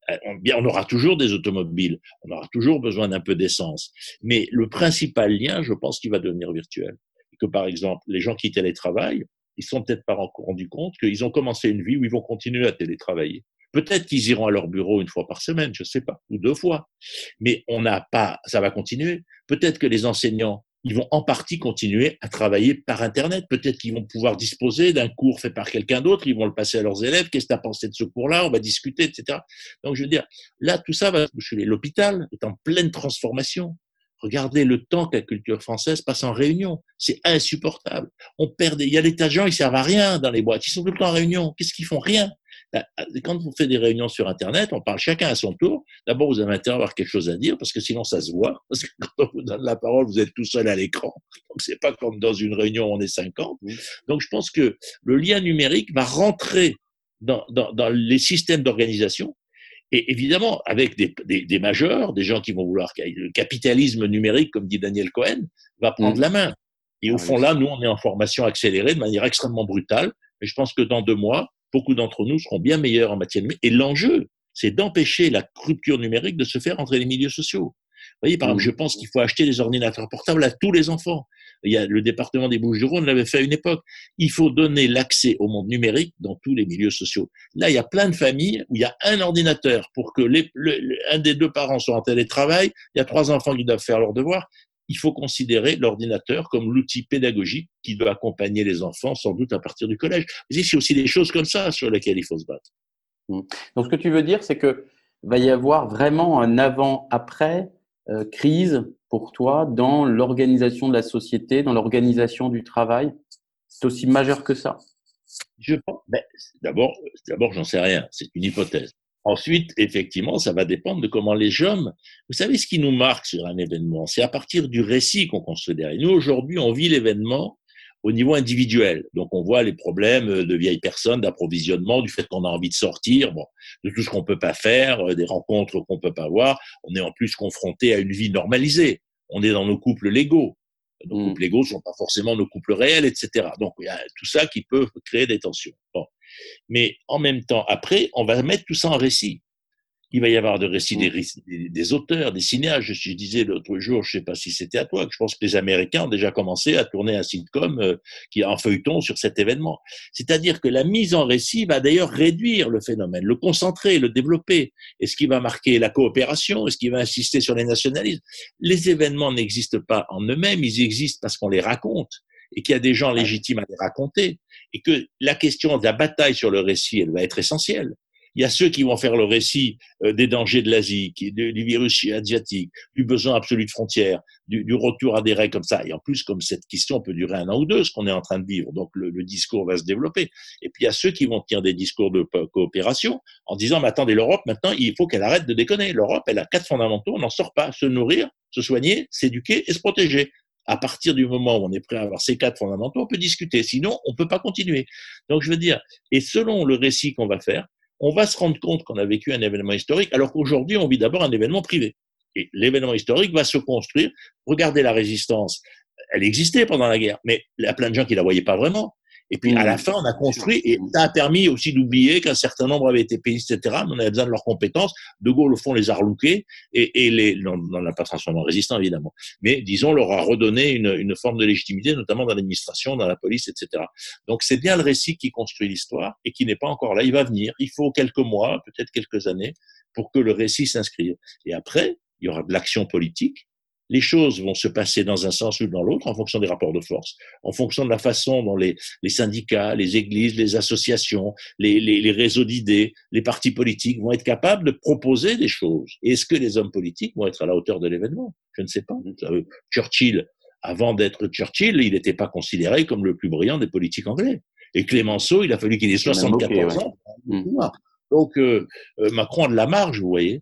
On, bien, on aura toujours des automobiles, on aura toujours besoin d'un peu d'essence. Mais le principal lien, je pense qu'il va devenir virtuel. Et que, par exemple, les gens qui télétravaillent, ils ne sont peut-être pas rendus compte qu'ils ont commencé une vie où ils vont continuer à télétravailler. Peut-être qu'ils iront à leur bureau une fois par semaine, je ne sais pas, ou deux fois. Mais on n'a pas, ça va continuer. Peut-être que les enseignants, ils vont en partie continuer à travailler par Internet. Peut-être qu'ils vont pouvoir disposer d'un cours fait par quelqu'un d'autre, ils vont le passer à leurs élèves. Qu'est-ce que tu as pensé de ce cours-là? On va discuter, et cetera. Donc, je veux dire, là, tout ça va se bousculer. L'hôpital est en pleine transformation. Regardez le temps que la culture française passe en réunion. C'est insupportable. On perd des, il y a des tas de gens, ils servent à rien dans les boîtes. Ils sont tout le temps en réunion. Qu'est-ce qu'ils font? Rien. Quand vous faites des réunions sur Internet, on parle chacun à son tour. D'abord, vous avez intérêt à avoir quelque chose à dire parce que sinon, ça se voit. Parce que quand on vous donne la parole, vous êtes tout seul à l'écran. Donc, c'est pas comme dans une réunion où on est cinquante. Donc, je pense que le lien numérique va rentrer dans, dans, dans les systèmes d'organisation. Et évidemment, avec des, des, des majeurs, des gens qui vont vouloir, le capitalisme numérique, comme dit Daniel Cohen, va prendre mmh. la main. Et au fond, là, nous, on est en formation accélérée de manière extrêmement brutale. Mais je pense que dans deux mois, beaucoup d'entre nous seront bien meilleurs en matière numérique. Et l'enjeu, c'est d'empêcher la rupture numérique de se faire entre les milieux sociaux. Vous voyez, par exemple, je pense qu'il faut acheter des ordinateurs portables à tous les enfants. Il y a le département des Bouches-du-Rhône l'avait fait à une époque. Il faut donner l'accès au monde numérique dans tous les milieux sociaux. Là, il y a plein de familles où il y a un ordinateur pour que les, le, le, un des deux parents soit en télétravail. Il y a trois enfants qui doivent faire leurs devoirs. Il faut considérer l'ordinateur comme l'outil pédagogique qui doit accompagner les enfants, sans doute à partir du collège. Vous voyez, c'est aussi des choses comme ça sur lesquelles il faut se battre. Donc, ce que tu veux dire, c'est que va y avoir vraiment un avant-après euh, crise pour toi dans l'organisation de la société, dans l'organisation du travail. C'est aussi majeur que ça? Je pense. Ben, d'abord, d'abord, j'en sais rien. C'est une hypothèse. Ensuite, effectivement, ça va dépendre de comment les jeunes… Vous savez, ce qui nous marque sur un événement, c'est à partir du récit qu'on construit derrière. Nous, aujourd'hui, on vit l'événement au niveau individuel. Donc, on voit les problèmes de vieilles personnes, d'approvisionnement, du fait qu'on a envie de sortir, bon, de tout ce qu'on peut pas faire, des rencontres qu'on peut pas avoir. On est en plus confronté à une vie normalisée. On est dans nos couples légaux. Nos mmh. couples légaux sont pas forcément nos couples réels, et cetera. Donc, il y a tout ça qui peut créer des tensions. Bon. Mais en même temps, après, on va mettre tout ça en récit. Il va y avoir de récits des, des, des auteurs, des cinéastes. Je, je disais l'autre jour, je ne sais pas si c'était à toi, que je pense que les Américains ont déjà commencé à tourner un sitcom euh, qui est en feuilleton sur cet événement. C'est-à-dire que la mise en récit va d'ailleurs réduire le phénomène, le concentrer, le développer. Est-ce qui va marquer la coopération? Est-ce qui va insister sur les nationalismes? Les événements n'existent pas en eux-mêmes, ils existent parce qu'on les raconte et qu'il y a des gens légitimes à les raconter et que la question de la bataille sur le récit, elle va être essentielle. Il y a ceux qui vont faire le récit euh, des dangers de l'Asie, qui, du, du virus asiatique, du besoin absolu de frontières, du, du retour à des règles comme ça. Et en plus, comme cette question peut durer un an ou deux, ce qu'on est en train de vivre, donc le, le discours va se développer. Et puis il y a ceux qui vont tenir des discours de coopération en disant, mais attendez, l'Europe, maintenant, il faut qu'elle arrête de déconner. L'Europe, elle a quatre fondamentaux, on n'en sort pas. Se nourrir, se soigner, s'éduquer et se protéger. À partir du moment où on est prêt à avoir ces quatre fondamentaux, on peut discuter. Sinon, on peut pas continuer. Donc, je veux dire, et selon le récit qu'on va faire, on va se rendre compte qu'on a vécu un événement historique, alors qu'aujourd'hui, on vit d'abord un événement privé. Et l'événement historique va se construire. Regardez la résistance. Elle existait pendant la guerre, mais il y a plein de gens qui la voyaient pas vraiment. Et puis, à la fin, on a construit, et ça a permis aussi d'oublier qu'un certain nombre avaient été payés, et cetera, mais on avait besoin de leurs compétences. De Gaulle, au fond, les a relookés, et, et les, non, non, l'a pas transformé en résistants, évidemment. Mais, disons, leur a redonné une, une forme de légitimité, notamment dans l'administration, dans la police, et cetera. Donc, c'est bien le récit qui construit l'histoire, et qui n'est pas encore là. Il va venir. Il faut quelques mois, peut-être quelques années, pour que le récit s'inscrive. Et après, il y aura de l'action politique. Les choses vont se passer dans un sens ou dans l'autre en fonction des rapports de force, en fonction de la façon dont les, les syndicats, les églises, les associations, les, les, les réseaux d'idées, les partis politiques vont être capables de proposer des choses. Et est-ce que les hommes politiques vont être à la hauteur de l'événement? Je ne sais pas. Churchill, avant d'être Churchill, il n'était pas considéré comme le plus brillant des politiques anglais. Et Clémenceau, il a fallu qu'il ait soixante-quatorze ans. Ouais. Donc, euh, Macron a de la marge, vous voyez.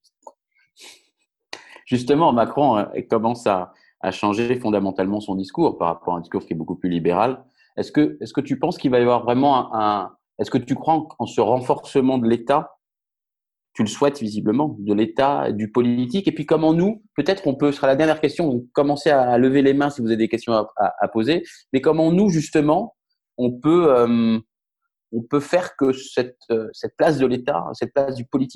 Justement, Macron euh, commence à, à changer fondamentalement son discours par rapport à un discours qui est beaucoup plus libéral. Est-ce que, est-ce que tu penses qu'il va y avoir vraiment un, un est-ce que tu crois en, en ce renforcement de l'État? Tu le souhaites visiblement, de l'État, du politique. Et puis comment nous, peut-être on peut, ce sera la dernière question, donc commencez à, à lever les mains si vous avez des questions à, à, à poser. Mais comment nous, justement, on peut, euh, on peut faire que cette, euh, cette place de l'État, cette place du politique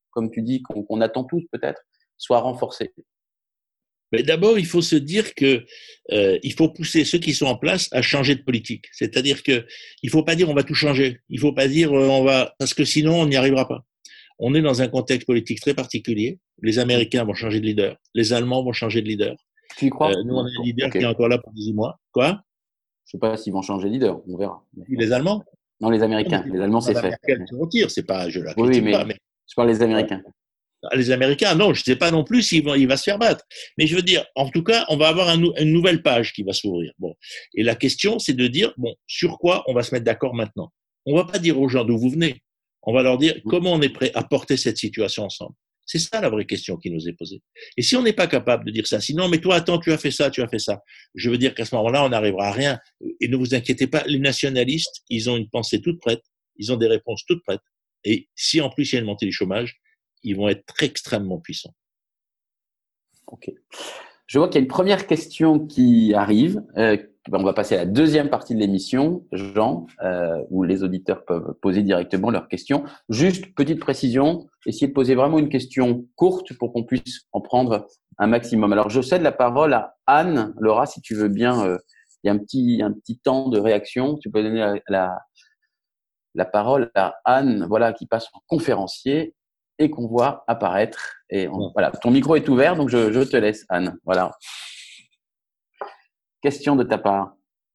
comme tu dis, qu'on qu'on attend tous peut-être, soit renforcé? Mais d'abord, il faut se dire que euh, il faut pousser ceux qui sont en place à changer de politique. C'est-à-dire que il faut pas dire on va tout changer. Il faut pas dire euh, on va parce que sinon on n'y arrivera pas. On est dans un contexte politique très particulier. Les Américains vont changer de leader, les Allemands vont changer de leader. Tu y crois? Euh, nous, on a un leader okay. qui est encore là pour dix mois. Quoi? Je sais pas s'ils vont changer de leader, on verra. Mais... Les Allemands? Non, les Américains. Les Allemands, c'est fait. Merkel se retire, c'est pas, je la oui, critique mais pas, mais je parle des Américains. Les Américains, non, je ne sais pas non plus s'il va, il va se faire battre. Mais je veux dire, en tout cas, on va avoir un, une nouvelle page qui va s'ouvrir. Bon. Et la question, c'est de dire, bon, sur quoi on va se mettre d'accord maintenant? On va pas dire aux gens d'où vous venez. On va leur dire comment on est prêt à porter cette situation ensemble. C'est ça la vraie question qui nous est posée. Et si on n'est pas capable de dire ça, sinon, mais toi, attends, tu as fait ça, tu as fait ça. Je veux dire qu'à ce moment-là, on n'arrivera à rien. Et ne vous inquiétez pas, les nationalistes, ils ont une pensée toute prête, ils ont des réponses toutes prêtes. Et si en plus il y a une montée du chômage, ils vont être extrêmement puissants. Ok. Je vois qu'il y a une première question qui arrive. Euh, on va passer à la deuxième partie de l'émission, Jean, euh, où les auditeurs peuvent poser directement leurs questions. Juste petite précision, essayez de poser vraiment une question courte pour qu'on puisse en prendre un maximum. Alors, je cède la parole à Anne. Laura, si tu veux bien, euh, il y a un petit, un petit temps de réaction. Tu peux donner la, la, la parole à Anne, voilà, qui passe en conférencier et qu'on voit apparaître. Et on, voilà, ton micro est ouvert, donc je, je te laisse, Anne. Voilà. Question de ta part.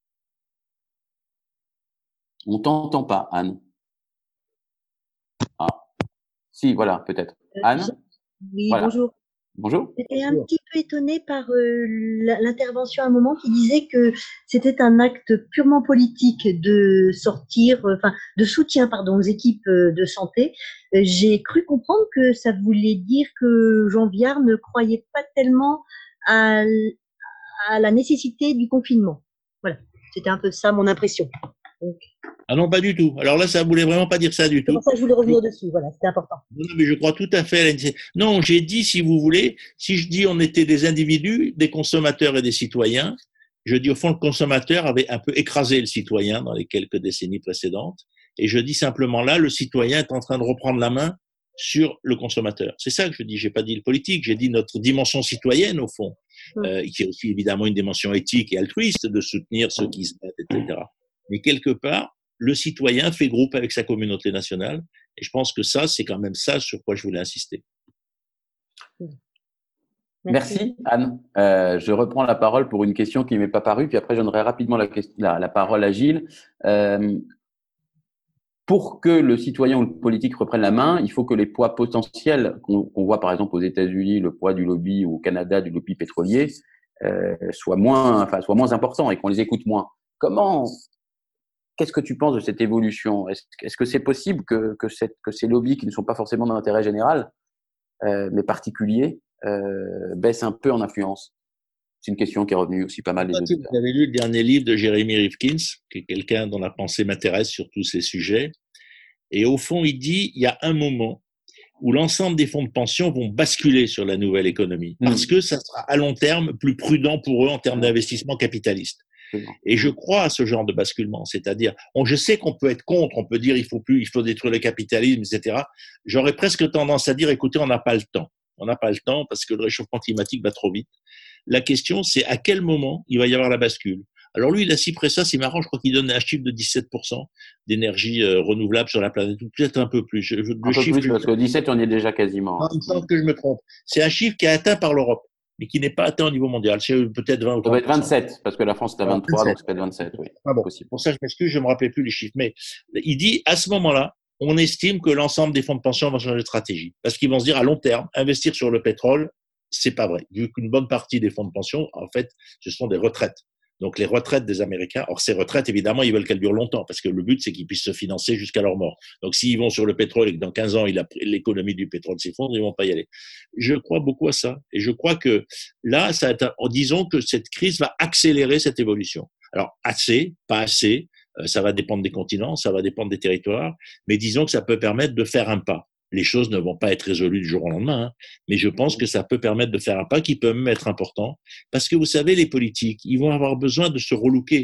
On t'entend pas, Anne. Ah, si, voilà, peut-être. Anne. Oui, voilà. Bonjour. Bonjour. J'étais un petit peu étonnée par euh, l'intervention à un moment qui disait que c'était un acte purement politique de sortir, enfin, euh, de soutien, pardon, aux équipes euh, de santé. Euh, j'ai cru comprendre que ça voulait dire que Jean Viard ne croyait pas tellement à, à la nécessité du confinement. Voilà, c'était un peu ça mon impression. Donc... Ah non, pas du tout. Alors là, ça voulait vraiment pas dire ça du tout. C'est pour ça que je voulais revenir dessus, voilà, c'était important. Non, mais je crois tout à fait à la... Non, j'ai dit, si vous voulez, si je dis on était des individus, des consommateurs et des citoyens, je dis au fond le consommateur avait un peu écrasé le citoyen dans les quelques décennies précédentes, et je dis simplement là, le citoyen est en train de reprendre la main sur le consommateur. C'est ça que je dis, j'ai pas dit le politique, j'ai dit notre dimension citoyenne au fond, mmh. euh, qui est aussi évidemment une dimension éthique et altruiste de soutenir ceux qui se battent, et cetera. Mais quelque part, le citoyen fait groupe avec sa communauté nationale. Et je pense que ça, c'est quand même ça sur quoi je voulais insister. Merci, Merci Anne. Euh, je reprends la parole pour une question qui ne m'est pas parue, puis après, je donnerai rapidement la, la, la parole à Gilles. Euh, pour que le citoyen ou le politique reprenne la main, il faut que les poids potentiels qu'on qu'on voit par exemple aux États-Unis, le poids du lobby, ou au Canada, du lobby pétrolier, euh, soient moins, enfin, soient moins importants et qu'on les écoute moins. Comment Qu'est-ce que tu penses de cette évolution? Est-ce, est-ce que c'est possible que, que, cette, que ces lobbies qui ne sont pas forcément d'intérêt général, euh, mais particuliers, euh, baissent un peu en influence? C'est une question qui est revenue aussi pas mal des auditeurs. Vous avez lu le dernier livre de Jeremy Rifkin, qui est quelqu'un dont la pensée m'intéresse sur tous ces sujets. Et au fond, il dit, il y a un moment où l'ensemble des fonds de pension vont basculer sur la nouvelle économie, parce mmh. que ça sera à long terme plus prudent pour eux en termes d'investissement capitaliste. Et je crois à ce genre de basculement, c'est-à-dire, on, je sais qu'on peut être contre, on peut dire il faut plus, il faut détruire le capitalisme, et cetera. J'aurais presque tendance à dire, écoutez, on n'a pas le temps, on n'a pas le temps parce que le réchauffement climatique va trop vite. La question, c'est à quel moment il va y avoir la bascule. Alors lui, il a chiffré ça, c'est marrant, je crois qu'il donne un chiffre de dix-sept pour cent d'énergie euh, renouvelable sur la planète, peut-être un peu plus. Je, le un chiffre, peu plus, parce que dix-sept, on y est déjà quasiment. Non, il me semble que je me trompe. C'est un chiffre qui est atteint par l'Europe, mais qui n'est pas atteint au niveau mondial. C'est peut-être vingt ou trente pour cent. Ça doit être vingt-sept, parce que la France est à vingt-trois, donc c'est peut-être vingt-sept, oui. Ah bon, pour ça, je m'excuse, je ne me rappelais plus les chiffres. Mais il dit, à ce moment-là, on estime que l'ensemble des fonds de pension vont changer de stratégie. Parce qu'ils vont se dire, à long terme, investir sur le pétrole, c'est pas vrai. Vu qu'une bonne partie des fonds de pension, en fait, ce sont des retraites. Donc, les retraites des Américains, or ces retraites, évidemment, ils veulent qu'elles durent longtemps, parce que le but, c'est qu'ils puissent se financer jusqu'à leur mort. Donc, s'ils vont sur le pétrole et que dans quinze ans, il a, l'économie du pétrole s'effondre, ils vont pas y aller. Je crois beaucoup à ça. Et je crois que là, ça, disons que cette crise va accélérer cette évolution. Alors, assez, pas assez, euh, ça va dépendre des continents, ça va dépendre des territoires, mais disons que ça peut permettre de faire un pas. Les choses ne vont pas être résolues du jour au lendemain, hein, mais je pense que ça peut permettre de faire un pas qui peut même être important, parce que vous savez, les politiques, ils vont avoir besoin de se relooker.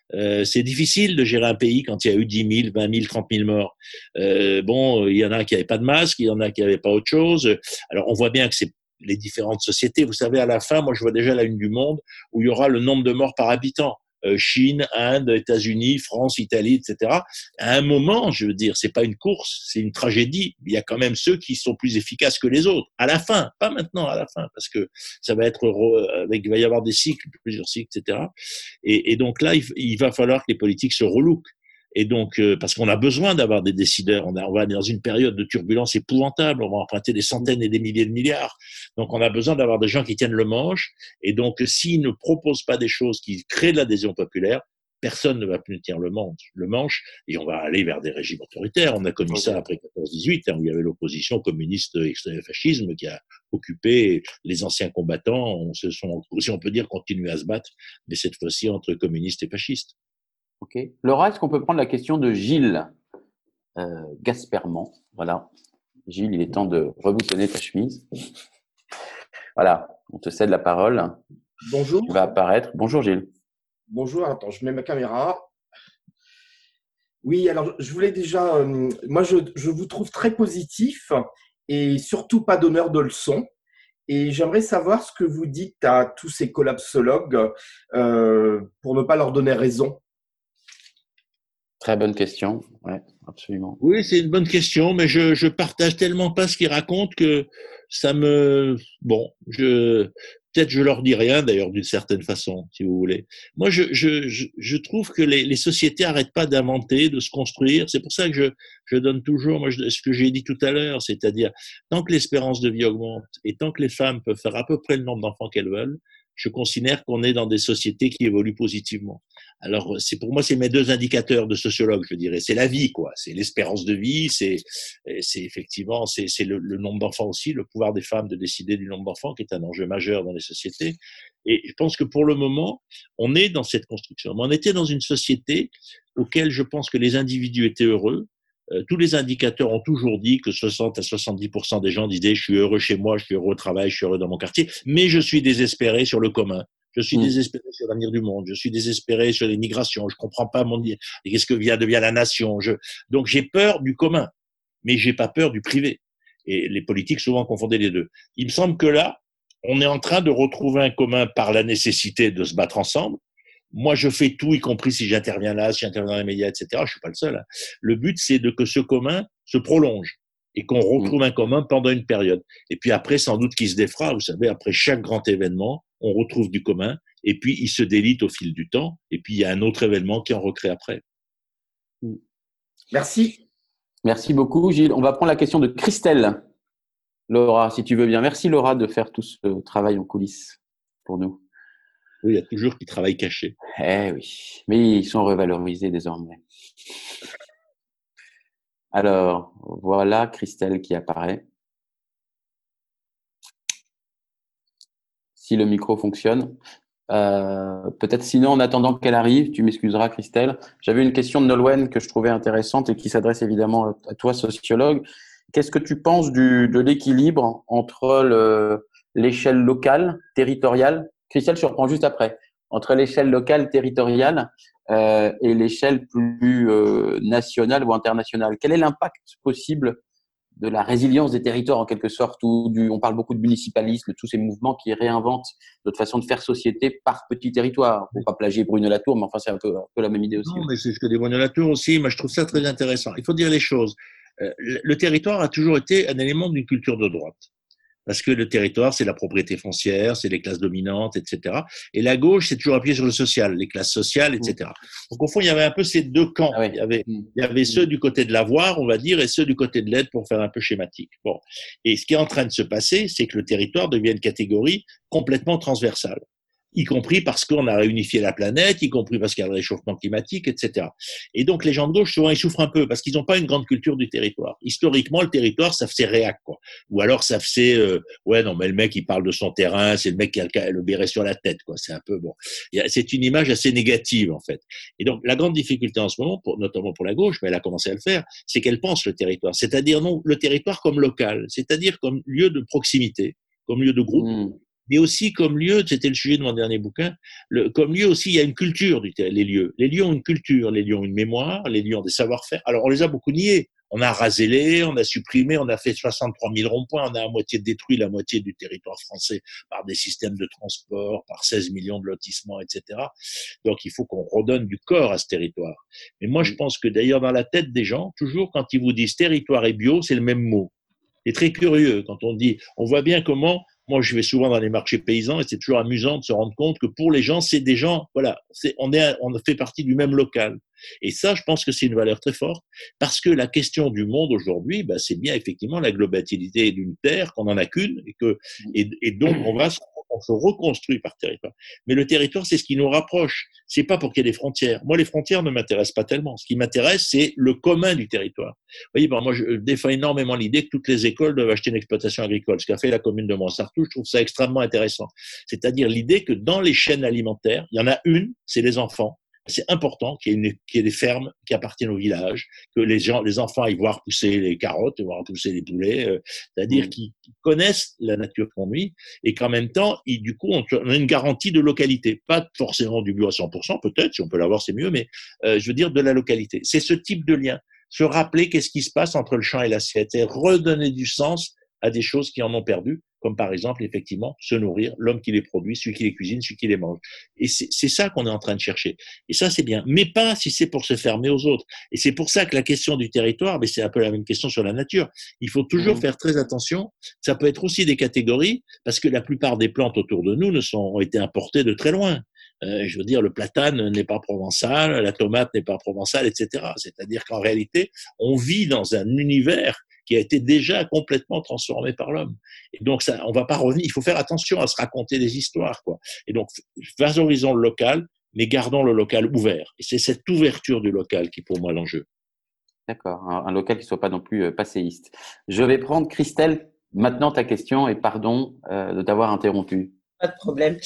Euh, c'est difficile de gérer un pays quand il y a eu dix mille, vingt mille, trente mille morts. Euh, bon, il y en a qui n'avaient pas de masque, il y en a qui n'avaient pas autre chose. Alors, on voit bien que c'est les différentes sociétés. Vous savez, à la fin, moi, je vois déjà la une du Monde où il y aura le nombre de morts par habitant. Euh, Chine, Inde, États-Unis, France, Italie, et cetera. À un moment, je veux dire, c'est pas une course, c'est une tragédie. Il y a quand même ceux qui sont plus efficaces que les autres. À la fin, pas maintenant, à la fin, parce que ça va être avec, il va y avoir des cycles, plusieurs cycles, et cetera. Et, et donc là, il, il va falloir que les politiques se relookent. Et donc, euh, parce qu'on a besoin d'avoir des décideurs, on, a, on va aller dans une période de turbulence épouvantable, on va emprunter des centaines et des milliers de milliards. Donc, on a besoin d'avoir des gens qui tiennent le manche. Et donc, s'ils ne proposent pas des choses qui créent de l'adhésion populaire, personne ne va plus tenir le manche, le manche, et on va aller vers des régimes autoritaires. On a connu okay. ça après quatorze dix-huit, hein, où il y avait l'opposition communiste extrême-fascisme qui a occupé les anciens combattants. On se sont, si on peut dire, continué à se battre, mais cette fois-ci entre communistes et fascistes. Ok. Laura, est-ce qu'on peut prendre la question de Gilles euh, Gasperman? Voilà. Gilles, il est temps de reboutonner ta chemise. Voilà, on te cède la parole. Bonjour. Tu vas apparaître. Bonjour Gilles. Bonjour, attends, je mets ma caméra. Oui, alors je voulais déjà… Euh, moi, je, je vous trouve très positif et surtout pas donneur de leçons. Et j'aimerais savoir ce que vous dites à tous ces collapsologues euh, pour ne pas leur donner raison. Très bonne question, ouais, absolument. Oui, c'est une bonne question, mais je je partage tellement pas ce qu'ils racontent que ça me bon, je peut-être je leur dis rien d'ailleurs d'une certaine façon, si vous voulez. Moi, je je je, je trouve que les les sociétés arrêtent pas d'inventer, de se construire. C'est pour ça que je je donne toujours moi je, ce que j'ai dit tout à l'heure, c'est-à-dire tant que l'espérance de vie augmente et tant que les femmes peuvent faire à peu près le nombre d'enfants qu'elles veulent, je considère qu'on est dans des sociétés qui évoluent positivement. Alors, c'est pour moi, c'est mes deux indicateurs de sociologue, je dirais. C'est la vie, quoi. C'est l'espérance de vie, c'est, c'est effectivement, c'est, c'est le, le nombre d'enfants aussi, le pouvoir des femmes de décider du nombre d'enfants, qui est un enjeu majeur dans les sociétés. Et je pense que pour le moment, on est dans cette construction. Mais on était dans une société auquel je pense que les individus étaient heureux. Euh, tous les indicateurs ont toujours dit que soixante à soixante-dix pour cent des gens disaient « je suis heureux chez moi, je suis heureux au travail, je suis heureux dans mon quartier, mais je suis désespéré sur le commun. Je suis mmh. désespéré sur l'avenir du monde, je suis désespéré sur les migrations, je comprends pas mon et qu'est-ce que vient devient la nation. Je... Donc j'ai peur du commun, mais j'ai pas peur du privé. » Et les politiques souvent confondaient les deux. Il me semble que là, on est en train de retrouver un commun par la nécessité de se battre ensemble. Moi, je fais tout, y compris si j'interviens là, si j'interviens dans les médias, et cetera. Je suis pas le seul. Hein. Le but, c'est de que ce commun se prolonge et qu'on retrouve mmh. un commun pendant une période. Et puis après, sans doute qu'il se défera. Vous savez, après chaque grand événement, on retrouve du commun et puis il se délite au fil du temps. Et puis il y a un autre événement qui en recrée après. Merci. Merci beaucoup, Gilles. On va prendre la question de Christelle. Laura, si tu veux bien. Merci, Laura, de faire tout ce travail en coulisses pour nous. Oui, il y a toujours qui travaillent cachés. Eh oui, mais ils sont revalorisés désormais. Alors, voilà Christelle qui apparaît. Si le micro fonctionne. Euh, peut-être sinon, en attendant qu'elle arrive, tu m'excuseras Christelle. J'avais une question de Nolwenn que je trouvais intéressante et qui s'adresse évidemment à toi, sociologue. Qu'est-ce que tu penses du, de l'équilibre entre le, l'échelle locale, territoriale? Christelle, je reprends juste après. Entre l'échelle locale, territoriale euh, et l'échelle plus euh, nationale ou internationale. Quel est l'impact possible de la résilience des territoires en quelque sorte, ou du, on parle beaucoup de municipalisme, de tous ces mouvements qui réinventent notre façon de faire société par petit territoire. On ne va pas plagier Bruno Latour, mais enfin c'est un peu, un peu la même idée aussi. Non, mais c'est ce que dit Bruno Latour aussi. Moi, je trouve ça très intéressant. Il faut dire les choses. Euh, le, le territoire a toujours été un élément d'une culture de droite. Parce que le territoire, c'est la propriété foncière, c'est les classes dominantes, et cetera. Et la gauche, c'est toujours appuyé sur le social, les classes sociales, et cetera. Donc, au fond, il y avait un peu ces deux camps. Ah oui. Il y avait, il y avait ceux du côté de l'avoir, on va dire, et ceux du côté de l'aide, pour faire un peu schématique. Bon. Et ce qui est en train de se passer, c'est que le territoire devient une catégorie complètement transversale, y compris parce qu'on a réunifié la planète, y compris parce qu'il y a le réchauffement climatique, et cetera. Et donc, les gens de gauche, souvent, ils souffrent un peu parce qu'ils n'ont pas une grande culture du territoire. Historiquement, le territoire, ça faisait réac, quoi. Ou alors, ça faisait, euh, ouais, non, mais le mec, il parle de son terrain, c'est le mec qui a le, le béret sur la tête, quoi. C'est un peu, bon. C'est une image assez négative, en fait. Et donc, la grande difficulté en ce moment, pour, notamment pour la gauche, mais elle a commencé à le faire, c'est qu'elle pense le territoire. C'est-à-dire, non, le territoire comme local, c'est-à-dire comme lieu de proximité, comme lieu de groupe. Mmh. mais aussi comme lieu, c'était le sujet de mon dernier bouquin, le, comme lieu aussi, il y a une culture, du, les lieux. Les lieux ont une culture, les lieux ont une mémoire, les lieux ont des savoir-faire. Alors, on les a beaucoup niés. On a rasé les, on a supprimé, on a fait soixante-trois mille ronds-points, on a à moitié détruit la moitié du territoire français par des systèmes de transport, par seize millions de lotissements, et cetera. Donc, il faut qu'on redonne du corps à ce territoire. Mais moi, je pense que d'ailleurs, dans la tête des gens, toujours quand ils vous disent territoire et bio, c'est le même mot. C'est très curieux quand on dit, on voit bien comment, moi je vais souvent dans les marchés paysans et c'est toujours amusant de se rendre compte que pour les gens, c'est des gens, voilà, c'est, on, est, on fait partie du même local. Et ça, je pense que c'est une valeur très forte parce que la question du monde aujourd'hui, bah, c'est bien effectivement la globalité d'une terre, qu'on n'en a qu'une et, que, et, et donc on va se on se reconstruit par territoire. Mais le territoire, c'est ce qui nous rapproche. C'est pas pour qu'il y ait des frontières. Moi, les frontières ne m'intéressent pas tellement. Ce qui m'intéresse, c'est le commun du territoire. Vous voyez, ben, moi, je défends énormément l'idée que toutes les écoles doivent acheter une exploitation agricole. Ce qu'a fait la commune de Montsartou, je trouve ça extrêmement intéressant. C'est-à-dire l'idée que dans les chaînes alimentaires, il y en a une, c'est les enfants. C'est important qu'il y ait, une, qu'il y ait des fermes qui appartiennent au village, que les gens, les enfants aillent voir pousser les carottes, voir pousser les poulets, euh, c'est-à-dire mmh. qu'ils, qu'ils connaissent la nature qu'on vit et qu'en même temps, ils, du coup, on a une garantie de localité. Pas forcément du bio à cent pour cent, peut-être, si on peut l'avoir, c'est mieux, mais euh, je veux dire de la localité. C'est ce type de lien. Se rappeler qu'est-ce qui se passe entre le champ et l'assiette et redonner du sens à des choses qui en ont perdu, comme par exemple, effectivement, se nourrir, l'homme qui les produit, celui qui les cuisine, celui qui les mange. Et c'est, c'est ça qu'on est en train de chercher. Et ça, c'est bien. Mais pas si c'est pour se fermer aux autres. Et c'est pour ça que la question du territoire, mais c'est un peu la même question sur la nature. Il faut toujours mmh. faire très attention. Ça peut être aussi des catégories, parce que la plupart des plantes autour de nous ne sont, ont été importées de très loin. Euh, je veux dire, le platane n'est pas provençal, la tomate n'est pas provençale, et cetera. C'est-à-dire qu'en réalité, on vit dans un univers qui a été déjà complètement transformé par l'homme. Et donc, ça, on va pas revenir. Il faut faire attention à se raconter des histoires, quoi. Et donc, valorisons le local, mais gardons le local ouvert. Et c'est cette ouverture du local qui est pour moi l'enjeu. D'accord. Un, un local qui soit pas non plus euh, passéiste. Je vais prendre Christelle. Maintenant, ta question et pardon euh, de t'avoir interrompu. Pas de problème.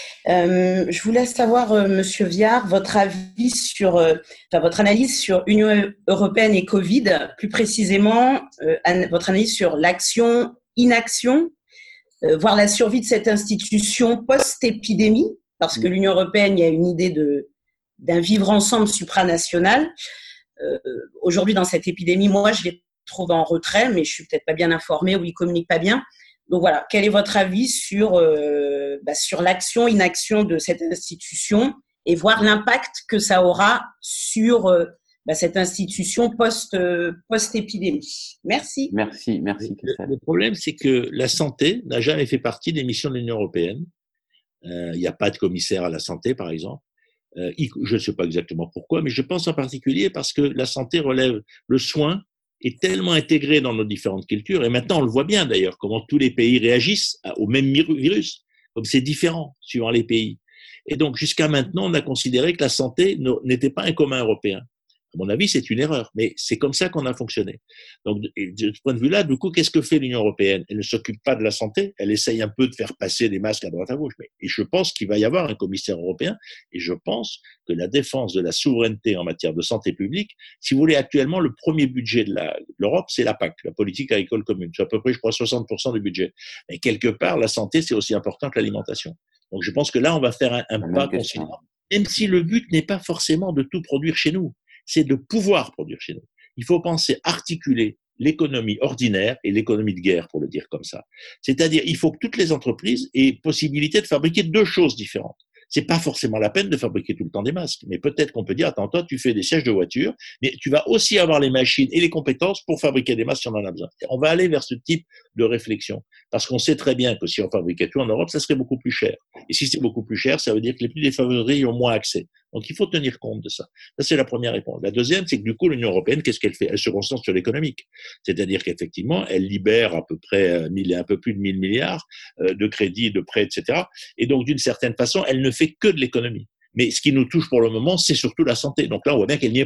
Euh, je voulais savoir, euh, Monsieur Viard, votre avis sur, euh, enfin, votre analyse sur Union européenne et Covid, plus précisément, euh, an- votre analyse sur l'action, inaction, euh, voire la survie de cette institution post-épidémie, parce que l'Union européenne, il y a une idée de d'un vivre ensemble supranational. Euh, aujourd'hui, dans cette épidémie, moi, je les trouve en retrait, mais je suis peut-être pas bien informée ou ils communiquent pas bien. Donc voilà, quel est votre avis sur, euh, bah, sur l'action, inaction de cette institution et voir l'impact que ça aura sur euh, bah, cette institution post, euh, post-épidémie. Merci. Merci, merci. Le, le problème, c'est que la santé n'a jamais fait partie des missions de l'Union européenne. Il euh, n'y a pas de commissaire à la santé, par exemple. Euh, je ne sais pas exactement pourquoi, mais je pense en particulier parce que la santé relève le soin est tellement intégré dans nos différentes cultures, et maintenant on le voit bien d'ailleurs, comment tous les pays réagissent au même virus, comme c'est différent suivant les pays. Et donc jusqu'à maintenant, on a considéré que la santé n'était pas un commun européen. À mon avis, c'est une erreur, mais c'est comme ça qu'on a fonctionné. Donc, de ce point de vue-là, du coup, qu'est-ce que fait l'Union européenne? Elle ne s'occupe pas de la santé, elle essaye un peu de faire passer des masques à droite à gauche. Mais, et je pense qu'il va y avoir un commissaire européen, et je pense que la défense de la souveraineté en matière de santé publique, si vous voulez, actuellement, le premier budget de, la, de l'Europe, c'est la P A C, la politique agricole commune. C'est à peu près, je crois, soixante pour cent du budget. Mais quelque part, la santé, c'est aussi important que l'alimentation. Donc, je pense que là, on va faire un, un pas considérable, même si le but n'est pas forcément de tout produire chez nous. C'est de pouvoir produire chez nous. Il faut penser articuler l'économie ordinaire et l'économie de guerre, pour le dire comme ça. C'est-à-dire, il faut que toutes les entreprises aient possibilité de fabriquer deux choses différentes. C'est pas forcément la peine de fabriquer tout le temps des masques, mais peut-être qu'on peut dire, attends, toi, tu fais des sièges de voiture, mais tu vas aussi avoir les machines et les compétences pour fabriquer des masques si on en a besoin. On va aller vers ce type de réflexion, parce qu'on sait très bien que si on fabriquait tout en Europe, ça serait beaucoup plus cher. Et si c'est beaucoup plus cher, ça veut dire que les plus défavorisés y ont moins accès. Donc, il faut tenir compte de ça. Ça, c'est la première réponse. La deuxième, c'est que du coup, l'Union européenne, qu'est-ce qu'elle fait? Elle se concentre sur l'économique. C'est-à-dire qu'effectivement, elle libère à peu près un peu plus de mille milliards de crédits, de prêts, et cetera. Et donc, d'une certaine façon, elle ne fait que de l'économie. Mais ce qui nous touche pour le moment, c'est surtout la santé. Donc là, on voit bien qu'elle n'y est pas.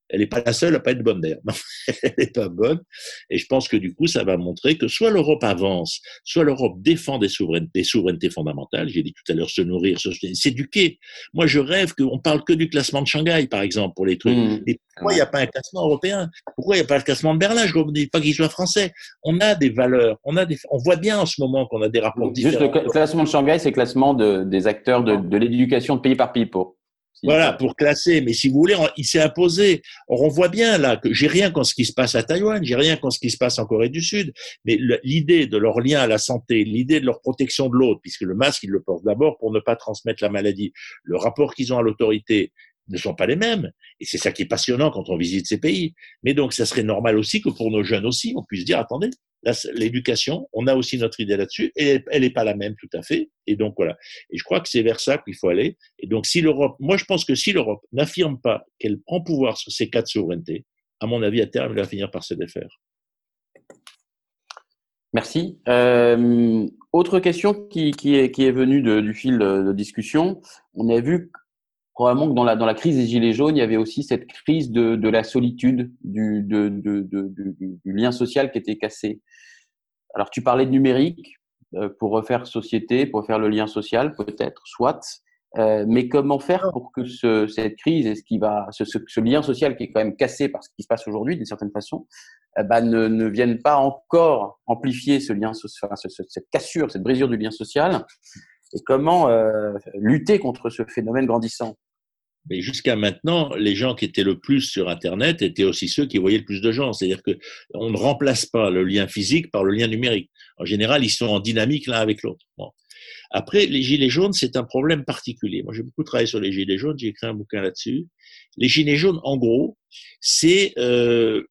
Elle n'est pas la seule à pas être bonne d'ailleurs. Non, elle n'est pas bonne. Et je pense que du coup, ça va montrer que soit l'Europe avance, soit l'Europe défend des souverainetés, des souverainetés fondamentales. J'ai dit tout à l'heure se nourrir, se, s'éduquer. Moi, je rêve qu'on parle que du classement de Shanghai, par exemple, pour les trucs. Mmh. Et pourquoi il n'y a pas un classement européen? Pourquoi il n'y a pas le classement de Berlin? Je ne dis pas qu'il soit français. On a des valeurs. On a des, on voit bien en ce moment qu'on a des rapports Juste différents. Le classement de Shanghai, c'est le classement de, des acteurs de, de l'éducation de pays par pays pour. Si voilà, pour classer. Mais si vous voulez, il s'est imposé. Or, on voit bien là que j'ai rien contre ce qui se passe à Taïwan, j'ai rien contre ce qui se passe en Corée du Sud, mais l'idée de leur lien à la santé, l'idée de leur protection de l'autre, puisque le masque, ils le portent d'abord pour ne pas transmettre la maladie, le rapport qu'ils ont à l'autorité ne sont pas les mêmes. Et c'est ça qui est passionnant quand on visite ces pays. Mais donc, ça serait normal aussi que pour nos jeunes aussi, on puisse dire, attendez, là, l'éducation, on a aussi notre idée là-dessus, et elle n'est pas la même tout à fait. Et donc, voilà. Et je crois que c'est vers ça qu'il faut aller. Et donc, si l'Europe, moi, je pense que si l'Europe n'affirme pas qu'elle prend pouvoir sur ces quatre souverainetés, à mon avis, à terme, elle va finir par se défaire. Merci. Euh, autre question qui, qui, est, qui est venue de, du fil de, de discussion. On a vu probablement que dans la, dans la crise des Gilets jaunes, il y avait aussi cette crise de, de la solitude, du, de, de, de, du, du lien social qui était cassé. Alors, tu parlais de numérique euh, pour refaire société, pour faire le lien social, peut-être, soit. Euh, mais comment faire pour que ce, cette crise et ce qui va, ce, ce, ce lien social qui est quand même cassé par ce qui se passe aujourd'hui, d'une certaine façon, euh, bah, ne, ne vienne pas encore amplifier ce lien, enfin, ce, ce, cette cassure, cette brisure du lien social, et comment euh, lutter contre ce phénomène grandissant? Mais jusqu'à maintenant, les gens qui étaient le plus sur Internet étaient aussi ceux qui voyaient le plus de gens. C'est-à-dire que on ne remplace pas le lien physique par le lien numérique. En général, ils sont en dynamique l'un avec l'autre. Bon. Après, les gilets jaunes, c'est un problème particulier. Moi, j'ai beaucoup travaillé sur les gilets jaunes. J'ai écrit un bouquin là-dessus. Les gilets jaunes, en gros, c'est euh,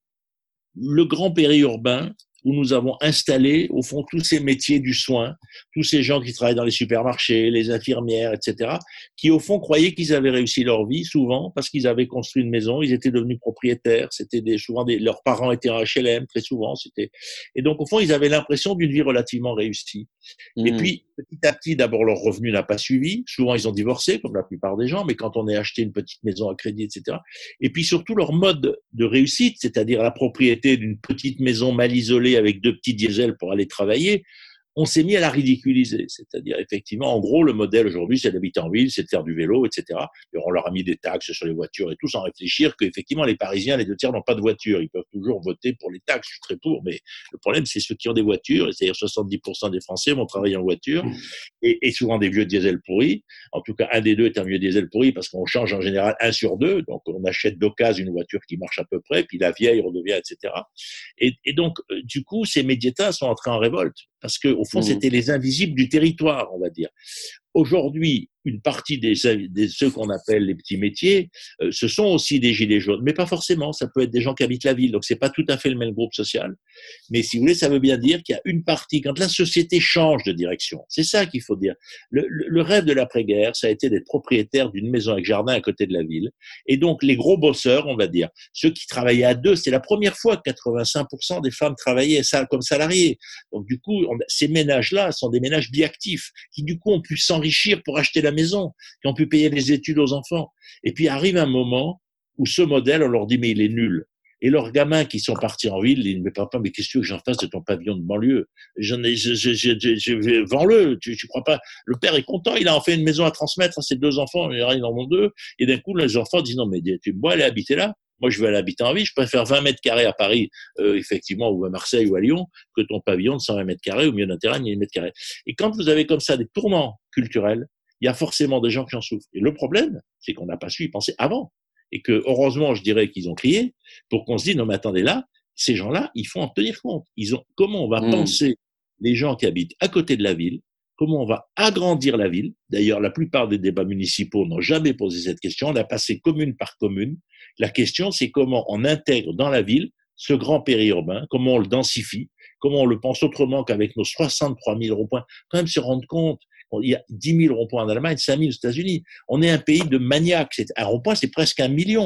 le grand périurbain où nous avons installé, au fond, tous ces métiers du soin, tous ces gens qui travaillent dans les supermarchés, les infirmières, et cetera, qui, au fond, croyaient qu'ils avaient réussi leur vie, souvent, parce qu'ils avaient construit une maison, ils étaient devenus propriétaires, c'était des, souvent des, leurs parents étaient en H L M, très souvent, c'était, et donc, au fond, ils avaient l'impression d'une vie relativement réussie. Mmh. Et puis, petit à petit, d'abord, leur revenu n'a pas suivi, souvent, ils ont divorcé, comme la plupart des gens, mais quand on est acheté une petite maison à crédit, et cetera, et puis, surtout, leur mode de réussite, c'est-à-dire la propriété d'une petite maison mal isolée avec deux petits diesels pour aller travailler, on s'est mis à la ridiculiser. C'est-à-dire, effectivement, en gros, le modèle aujourd'hui, c'est d'habiter en ville, c'est de faire du vélo, et cetera. Et on leur a mis des taxes sur les voitures et tout, sans réfléchir qu'effectivement, les Parisiens, les deux tiers n'ont pas de voiture. Ils peuvent toujours voter pour les taxes, je suis très pour, mais le problème, c'est ceux qui ont des voitures, c'est-à-dire soixante-dix pour cent des Français vont travailler en voiture, et, et souvent des vieux diesels pourris. En tout cas, un des deux est un vieux diesel pourri, parce qu'on change en général un sur deux, donc on achète d'occasion une voiture qui marche à peu près, puis la vieille redevient, et cetera. Et, et donc, du coup, ces médiétas sont entrés en révolte, parce que au fond, mmh. c'était les invisibles du territoire, on va dire. Aujourd'hui, une partie des, des ceux qu'on appelle les petits métiers, euh, ce sont aussi des gilets jaunes, mais pas forcément. Ça peut être des gens qui habitent la ville, donc c'est pas tout à fait le même groupe social. Mais si vous voulez, ça veut bien dire qu'il y a une partie quand la société change de direction. C'est ça qu'il faut dire. Le, le, le rêve de l'après-guerre, ça a été d'être propriétaire d'une maison avec jardin à côté de la ville. Et donc les gros bosseurs, on va dire, ceux qui travaillaient à deux, c'est la première fois que quatre-vingt-cinq pour cent des femmes travaillaient ça comme salariés. Donc du coup, on, ces ménages-là sont des ménages biactifs qui du coup ont pu s'enrichir pour acheter la maison, qui ont pu payer les études aux enfants. Et puis arrive un moment où ce modèle, on leur dit mais il est nul. Et leurs gamins qui sont partis en ville, ils disent mais papa, mais qu'est-ce que j'en fasse de ton pavillon de banlieue? J'en ai, je, je, je, je, je vends-le. Tu, tu crois pas? Le père est content, il a en fait une maison à transmettre à ses deux enfants, ils en ont deux. Et d'un coup, les enfants disent non mais tu me vois aller habiter là? Moi, je veux aller habiter en ville. Je préfère vingt mètres carrés à Paris, euh, effectivement, ou à Marseille ou à Lyon, que ton pavillon de cent vingt mètres carrés au milieu d'un terrain de mille mètres carrés. Et quand vous avez comme ça des tournants culturels, il y a forcément des gens qui en souffrent. Et le problème, c'est qu'on n'a pas su y penser avant. Et que, heureusement, je dirais qu'ils ont crié pour qu'on se dise, non, mais attendez là, ces gens-là, il faut en tenir compte. Ils ont, comment on va mmh. penser les gens qui habitent à côté de la ville? Comment on va agrandir la ville? D'ailleurs, la plupart des débats municipaux n'ont jamais posé cette question. On a passé commune par commune. La question, c'est comment on intègre dans la ville ce grand périurbain, comment on le densifie, comment on le pense autrement qu'avec nos soixante-trois mille ronds-points. Quand même se rendre compte, il y a dix mille ronds-points en Allemagne, cinq mille aux États-Unis. On est un pays de maniaques. Un rond-point, c'est presque un million.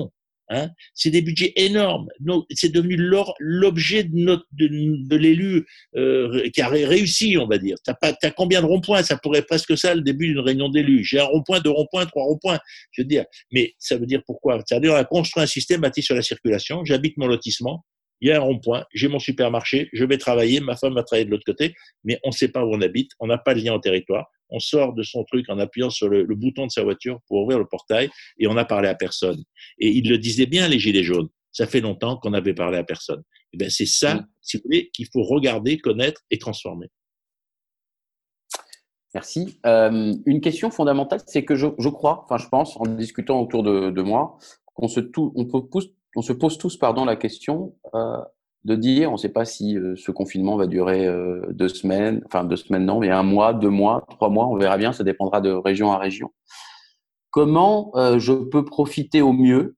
Hein, c'est des budgets énormes. Donc, c'est devenu l'objet de, notre, de, de l'élu euh, qui a réussi, on va dire. T'as pas, t'as combien de ronds-points? Ça pourrait presque ça le début d'une réunion d'élus. J'ai un rond-point, deux ronds-points, trois ronds-points. Je veux dire, mais ça veut dire pourquoi? Ça veut dire on a construit un système bâti sur la circulation. J'habite mon lotissement. Il y a un rond-point, j'ai mon supermarché, je vais travailler, ma femme va travailler de l'autre côté, mais on ne sait pas où on habite, on n'a pas de lien au territoire, on sort de son truc en appuyant sur le, le bouton de sa voiture pour ouvrir le portail et on n'a parlé à personne. Et ils le disaient bien, les Gilets jaunes, ça fait longtemps qu'on n'avait parlé à personne. Et bien c'est ça, mmh. si vous voulez, qu'il faut regarder, connaître et transformer. Merci. Euh, une question fondamentale, c'est que je, je crois, enfin je pense, en discutant autour de, de moi, qu'on se, tout, on peut pousse On se pose tous pardon, la question euh, de dire, on ne sait pas si euh, ce confinement va durer euh, deux semaines, enfin deux semaines non, mais un mois, deux mois, trois mois, on verra bien, ça dépendra de région à région. Comment euh, je peux profiter au mieux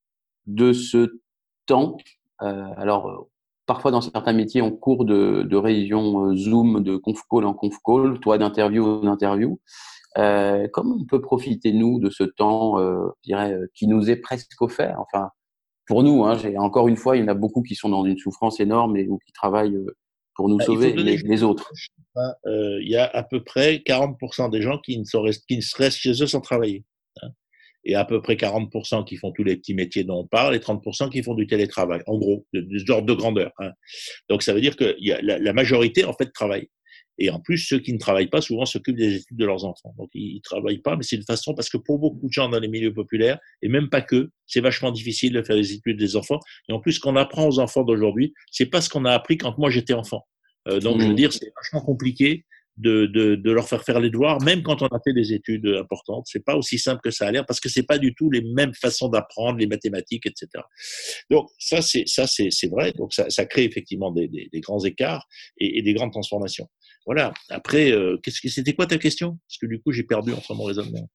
de ce temps euh, Alors, euh, parfois dans certains métiers, on court de, de réunions euh, Zoom, de conf call en conf call, toi d'interview en interview. Euh, comment on peut profiter, nous, de ce temps, euh, je dirais, qui nous est presque offert, enfin, pour nous, hein, j'ai, encore une fois, il y en a beaucoup qui sont dans une souffrance énorme et ou qui travaillent pour nous bah, sauver, les, les autres. Euh, il y a à peu près quarante pour cent des gens qui ne, sont rest, qui ne restent chez eux sans travailler. Hein, et à peu près quarante pour cent qui font tous les petits métiers dont on parle et trente pour cent qui font du télétravail, en gros, de, de, de ordre de grandeur. Hein. Donc ça veut dire que y a, la, la majorité, en fait, travaille. Et en plus, ceux qui ne travaillent pas, souvent, s'occupent des études de leurs enfants. Donc, ils ne travaillent pas, mais c'est une façon, parce que pour beaucoup de gens dans les milieux populaires, et même pas que, c'est vachement difficile de faire les études des enfants. Et en plus, ce qu'on apprend aux enfants d'aujourd'hui, c'est pas ce qu'on a appris quand moi j'étais enfant. Euh, donc, mmh. je veux dire, c'est vachement compliqué de, de, de leur faire faire les devoirs, même quand on a fait des études importantes. C'est pas aussi simple que ça a l'air, parce que c'est pas du tout les mêmes façons d'apprendre, les mathématiques, et cetera. Donc, ça, c'est, ça, c'est, c'est vrai. Donc, ça, ça crée effectivement des, des, des grands écarts et, et des grandes transformations. Voilà. Après, euh, qu'est-ce que c'était quoi ta question? Parce que du coup, j'ai perdu entre mon raisonnement.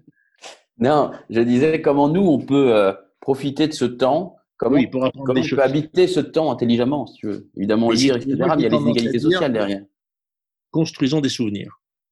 Non, je disais comment nous on peut euh, profiter de ce temps, comment, oui, pour apprendre comment des on choses. peut habiter ce temps intelligemment, si tu veux. Évidemment lire, et cetera. Mais il y a les inégalités sociales derrière. Construisons des souvenirs.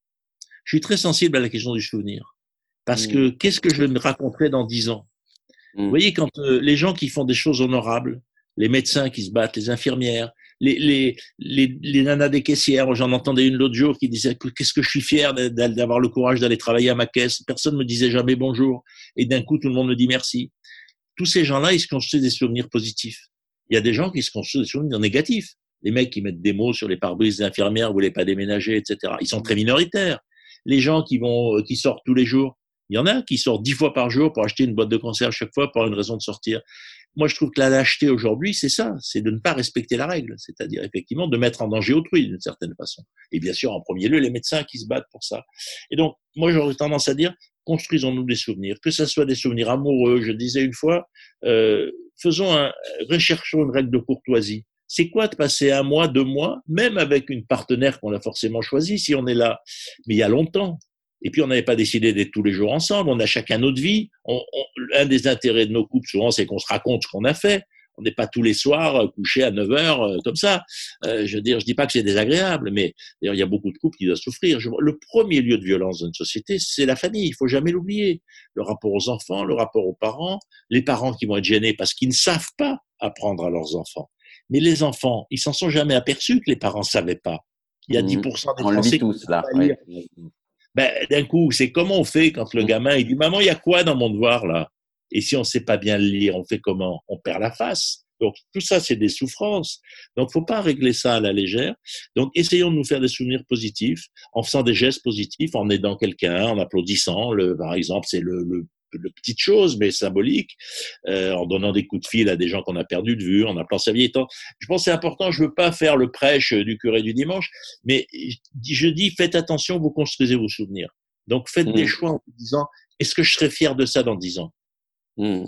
Je suis très sensible à la question du souvenir, parce mmh. que qu'est-ce que je me raconterai dans dix ans? mmh. Vous voyez, quand euh, les gens qui font des choses honorables, les médecins qui se battent, les infirmières, les, les, les, les nanas des caissières, j'en entendais une l'autre jour qui disait qu'est-ce que je suis fier d'avoir le courage d'aller travailler à ma caisse. Personne me disait jamais bonjour. Et d'un coup, tout le monde me dit merci. Tous ces gens-là, ils se construisent des souvenirs positifs. Il y a des gens qui se construisent des souvenirs négatifs. Les mecs qui mettent des mots sur les pare-brises des infirmières, vous voulez pas déménager, et cetera. Ils sont très minoritaires. Les gens qui vont, qui sortent tous les jours. Il y en a qui sortent dix fois par jour pour acheter une boîte de conserve chaque fois pour une raison de sortir. Moi, je trouve que la lâcheté aujourd'hui, c'est ça, c'est de ne pas respecter la règle, c'est-à-dire effectivement de mettre en danger autrui d'une certaine façon. Et bien sûr, en premier lieu, les médecins qui se battent pour ça. Et donc, moi, j'aurais tendance à dire, construisons-nous des souvenirs, que ce soit des souvenirs amoureux. Je disais une fois, euh, faisons un, recherchons une règle de courtoisie. C'est quoi de passer un mois, deux mois, même avec une partenaire qu'on a forcément choisie, si on est là, mais il y a longtemps. Et puis, on n'avait pas décidé d'être tous les jours ensemble. On a chacun notre vie. On, on, un des intérêts de nos couples, souvent, c'est qu'on se raconte ce qu'on a fait. On n'est pas tous les soirs euh, couchés à neuf heures euh, comme ça. Euh, je veux dire, je dis pas que c'est désagréable, mais d'ailleurs, il y a beaucoup de couples qui doivent souffrir. Je, le premier lieu de violence dans une société, c'est la famille. Il faut jamais l'oublier. Le rapport aux enfants, le rapport aux parents, les parents qui vont être gênés parce qu'ils ne savent pas apprendre à leurs enfants. Mais les enfants, ils s'en sont jamais aperçus que les parents savaient pas. Il y a dix pour cent des on Français le vit tous, là. Ouais. Ben, d'un coup, c'est comment on fait quand le gamin, il dit, maman, il y a quoi dans mon devoir, là? Et si on sait pas bien le lire, on fait comment? On perd la face. Donc, tout ça, c'est des souffrances. Donc, faut pas régler ça à la légère. Donc, essayons de nous faire des souvenirs positifs, en faisant des gestes positifs, en aidant quelqu'un, en applaudissant, le, par exemple, c'est le, le, le petite chose, mais symbolique, euh, en donnant des coups de fil à des gens qu'on a perdu de vue, en appelant sa vieille tante. Je pense que c'est important, je veux pas faire le prêche du curé du dimanche, mais je dis, faites attention, vous construisez vos souvenirs. Donc, faites mmh. des choix en vous disant, est-ce que je serai fier de ça dans dix ans? Mmh.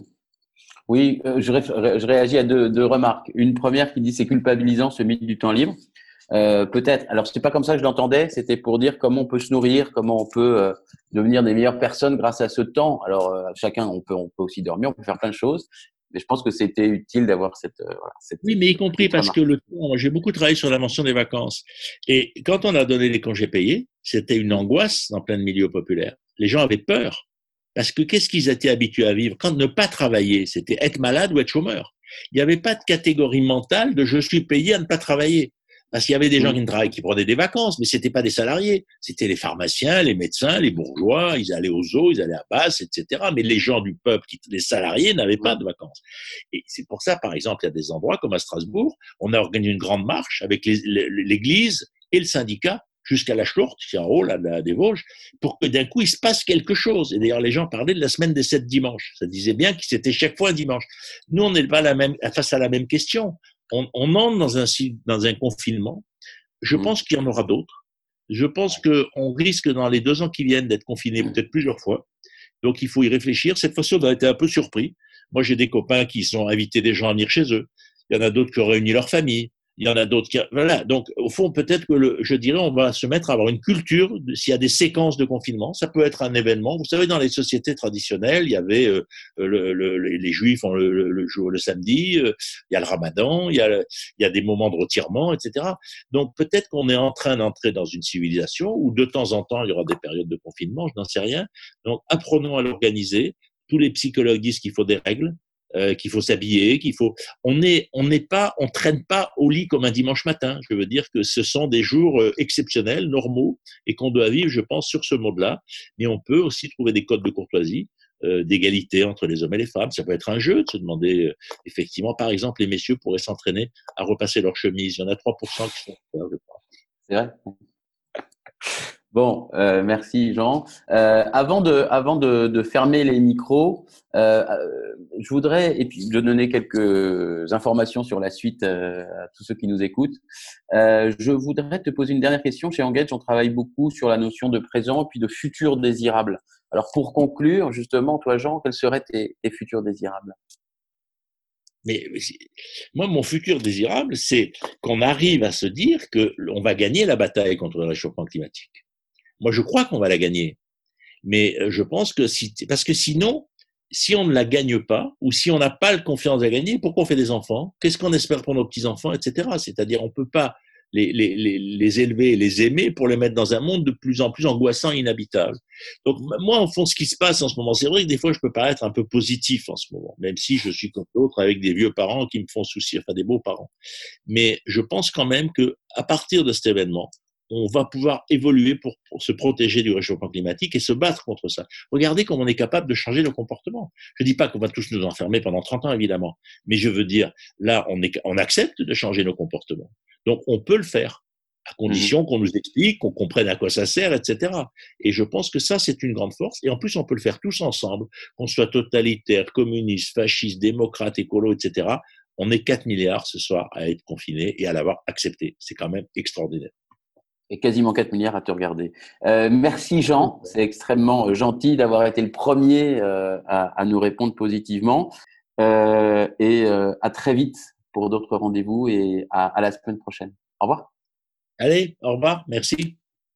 Oui, euh, je, ré, je réagis à deux, deux remarques. Une première qui dit c'est culpabilisant ce mythe du temps libre. Euh, peut-être. Alors c'est pas comme ça que je l'entendais. C'était pour dire comment on peut se nourrir, comment on peut euh, devenir des meilleures personnes grâce à ce temps. Alors euh, chacun, on peut, on peut aussi dormir, on peut faire plein de choses. Mais je pense que c'était utile d'avoir cette, euh, voilà, cette. Oui, mais y compris parce remarque. Que le temps. J'ai beaucoup travaillé sur la mention des vacances. Et quand on a donné les congés payés, c'était une angoisse dans plein de milieux populaires. Les gens avaient peur. Parce que qu'est-ce qu'ils étaient habitués à vivre? Quand ne pas travailler, c'était être malade ou être chômeur. Il n'y avait pas de catégorie mentale de je suis payé à ne pas travailler. Parce qu'il y avait des gens qui ne travaillaient, qui prenaient des vacances, mais c'était pas des salariés. C'était les pharmaciens, les médecins, les bourgeois, ils allaient aux zoos, ils allaient à Basse, et cetera. Mais les gens du peuple, qui, les salariés, n'avaient pas de vacances. Et c'est pour ça, par exemple, il y a des endroits comme à Strasbourg, on a organisé une grande marche avec les, les, l'église et le syndicat jusqu'à la Schlurte, qui est en haut, là, là, des Vosges, pour que d'un coup, il se passe quelque chose. Et d'ailleurs, les gens parlaient de la semaine des sept dimanches. Ça disait bien que c'était chaque fois un dimanche. Nous, on n'est pas la même, face à la même question. On, on entre dans un, dans un confinement. Je pense qu'il y en aura d'autres. Je pense qu'on risque, dans les deux ans qui viennent, d'être confinés peut-être plusieurs fois. Donc, il faut y réfléchir. Cette fois-ci, on a été un peu surpris. Moi, j'ai des copains qui sont invités des gens à venir chez eux. Il y en a d'autres qui ont réuni leur famille. Il y en a d'autres qui, voilà. Donc, au fond, peut-être que le, je dirais, on va se mettre à avoir une culture, s'il y a des séquences de confinement, ça peut être un événement. Vous savez, dans les sociétés traditionnelles, il y avait, euh, le, le, les Juifs ont le, le, le jour, le samedi, euh, il y a le Ramadan, il y a, il y a des moments de retirement, et cetera. Donc, peut-être qu'on est en train d'entrer dans une civilisation où de temps en temps, il y aura des périodes de confinement, je n'en sais rien. Donc, apprenons à l'organiser. Tous les psychologues disent qu'il faut des règles. Euh, qu'il faut s'habiller, qu'il faut. On est, on n'est pas, on traîne pas au lit comme un dimanche matin. Je veux dire que ce sont des jours euh, exceptionnels, normaux, et qu'on doit vivre, je pense, sur ce mode-là. Mais on peut aussi trouver des codes de courtoisie, euh, d'égalité entre les hommes et les femmes. Ça peut être un jeu de se demander, euh, effectivement, par exemple, les messieurs pourraient s'entraîner à repasser leur chemise. Il y en a trois pour cent qui sont là, je crois. C'est vrai. Bon, euh, merci Jean. Euh, avant de, avant de, de fermer les micros, euh, je voudrais, et puis de donner quelques informations sur la suite euh, à tous ceux qui nous écoutent, euh, je voudrais te poser une dernière question. Chez Engage, on travaille beaucoup sur la notion de présent et puis de futur désirable. Alors pour conclure, justement, toi Jean, quels seraient tes, tes futurs désirables? Mais moi, mon futur désirable, c'est qu'on arrive à se dire qu'on va gagner la bataille contre le réchauffement climatique. Moi, je crois qu'on va la gagner. Mais je pense que si, parce que sinon, si on ne la gagne pas, ou si on n'a pas la confiance à gagner, pourquoi on fait des enfants? Qu'est-ce qu'on espère pour nos petits-enfants, et cetera. C'est-à-dire, on peut pas les, les, les, les élever et les aimer pour les mettre dans un monde de plus en plus angoissant et inhabitable. Donc, moi, en fond, ce qui se passe en ce moment, c'est vrai que des fois, je peux paraître un peu positif en ce moment, même si je suis comme d'autres avec des vieux parents qui me font souci, enfin des beaux parents. Mais je pense quand même que, à partir de cet événement, on va pouvoir évoluer pour, pour se protéger du réchauffement climatique et se battre contre ça. Regardez comment on est capable de changer nos comportements. Je dis pas qu'on va tous nous enfermer pendant trente ans, évidemment. Mais je veux dire, là, on, est, on accepte de changer nos comportements. Donc, on peut le faire, à condition mmh. qu'on nous explique, qu'on comprenne à quoi ça sert, et cetera. Et je pense que ça, c'est une grande force. Et en plus, on peut le faire tous ensemble, qu'on soit totalitaire, communiste, fasciste, démocrate, écolo, et cetera. On est quatre milliards ce soir à être confinés et à l'avoir accepté. C'est quand même extraordinaire. Et quasiment quatre milliards à te regarder. Euh, merci Jean, c'est extrêmement gentil d'avoir été le premier euh, à, à nous répondre positivement. Euh, et euh, à très vite pour d'autres rendez-vous et à, à la semaine prochaine. Au revoir. Allez, au revoir, merci.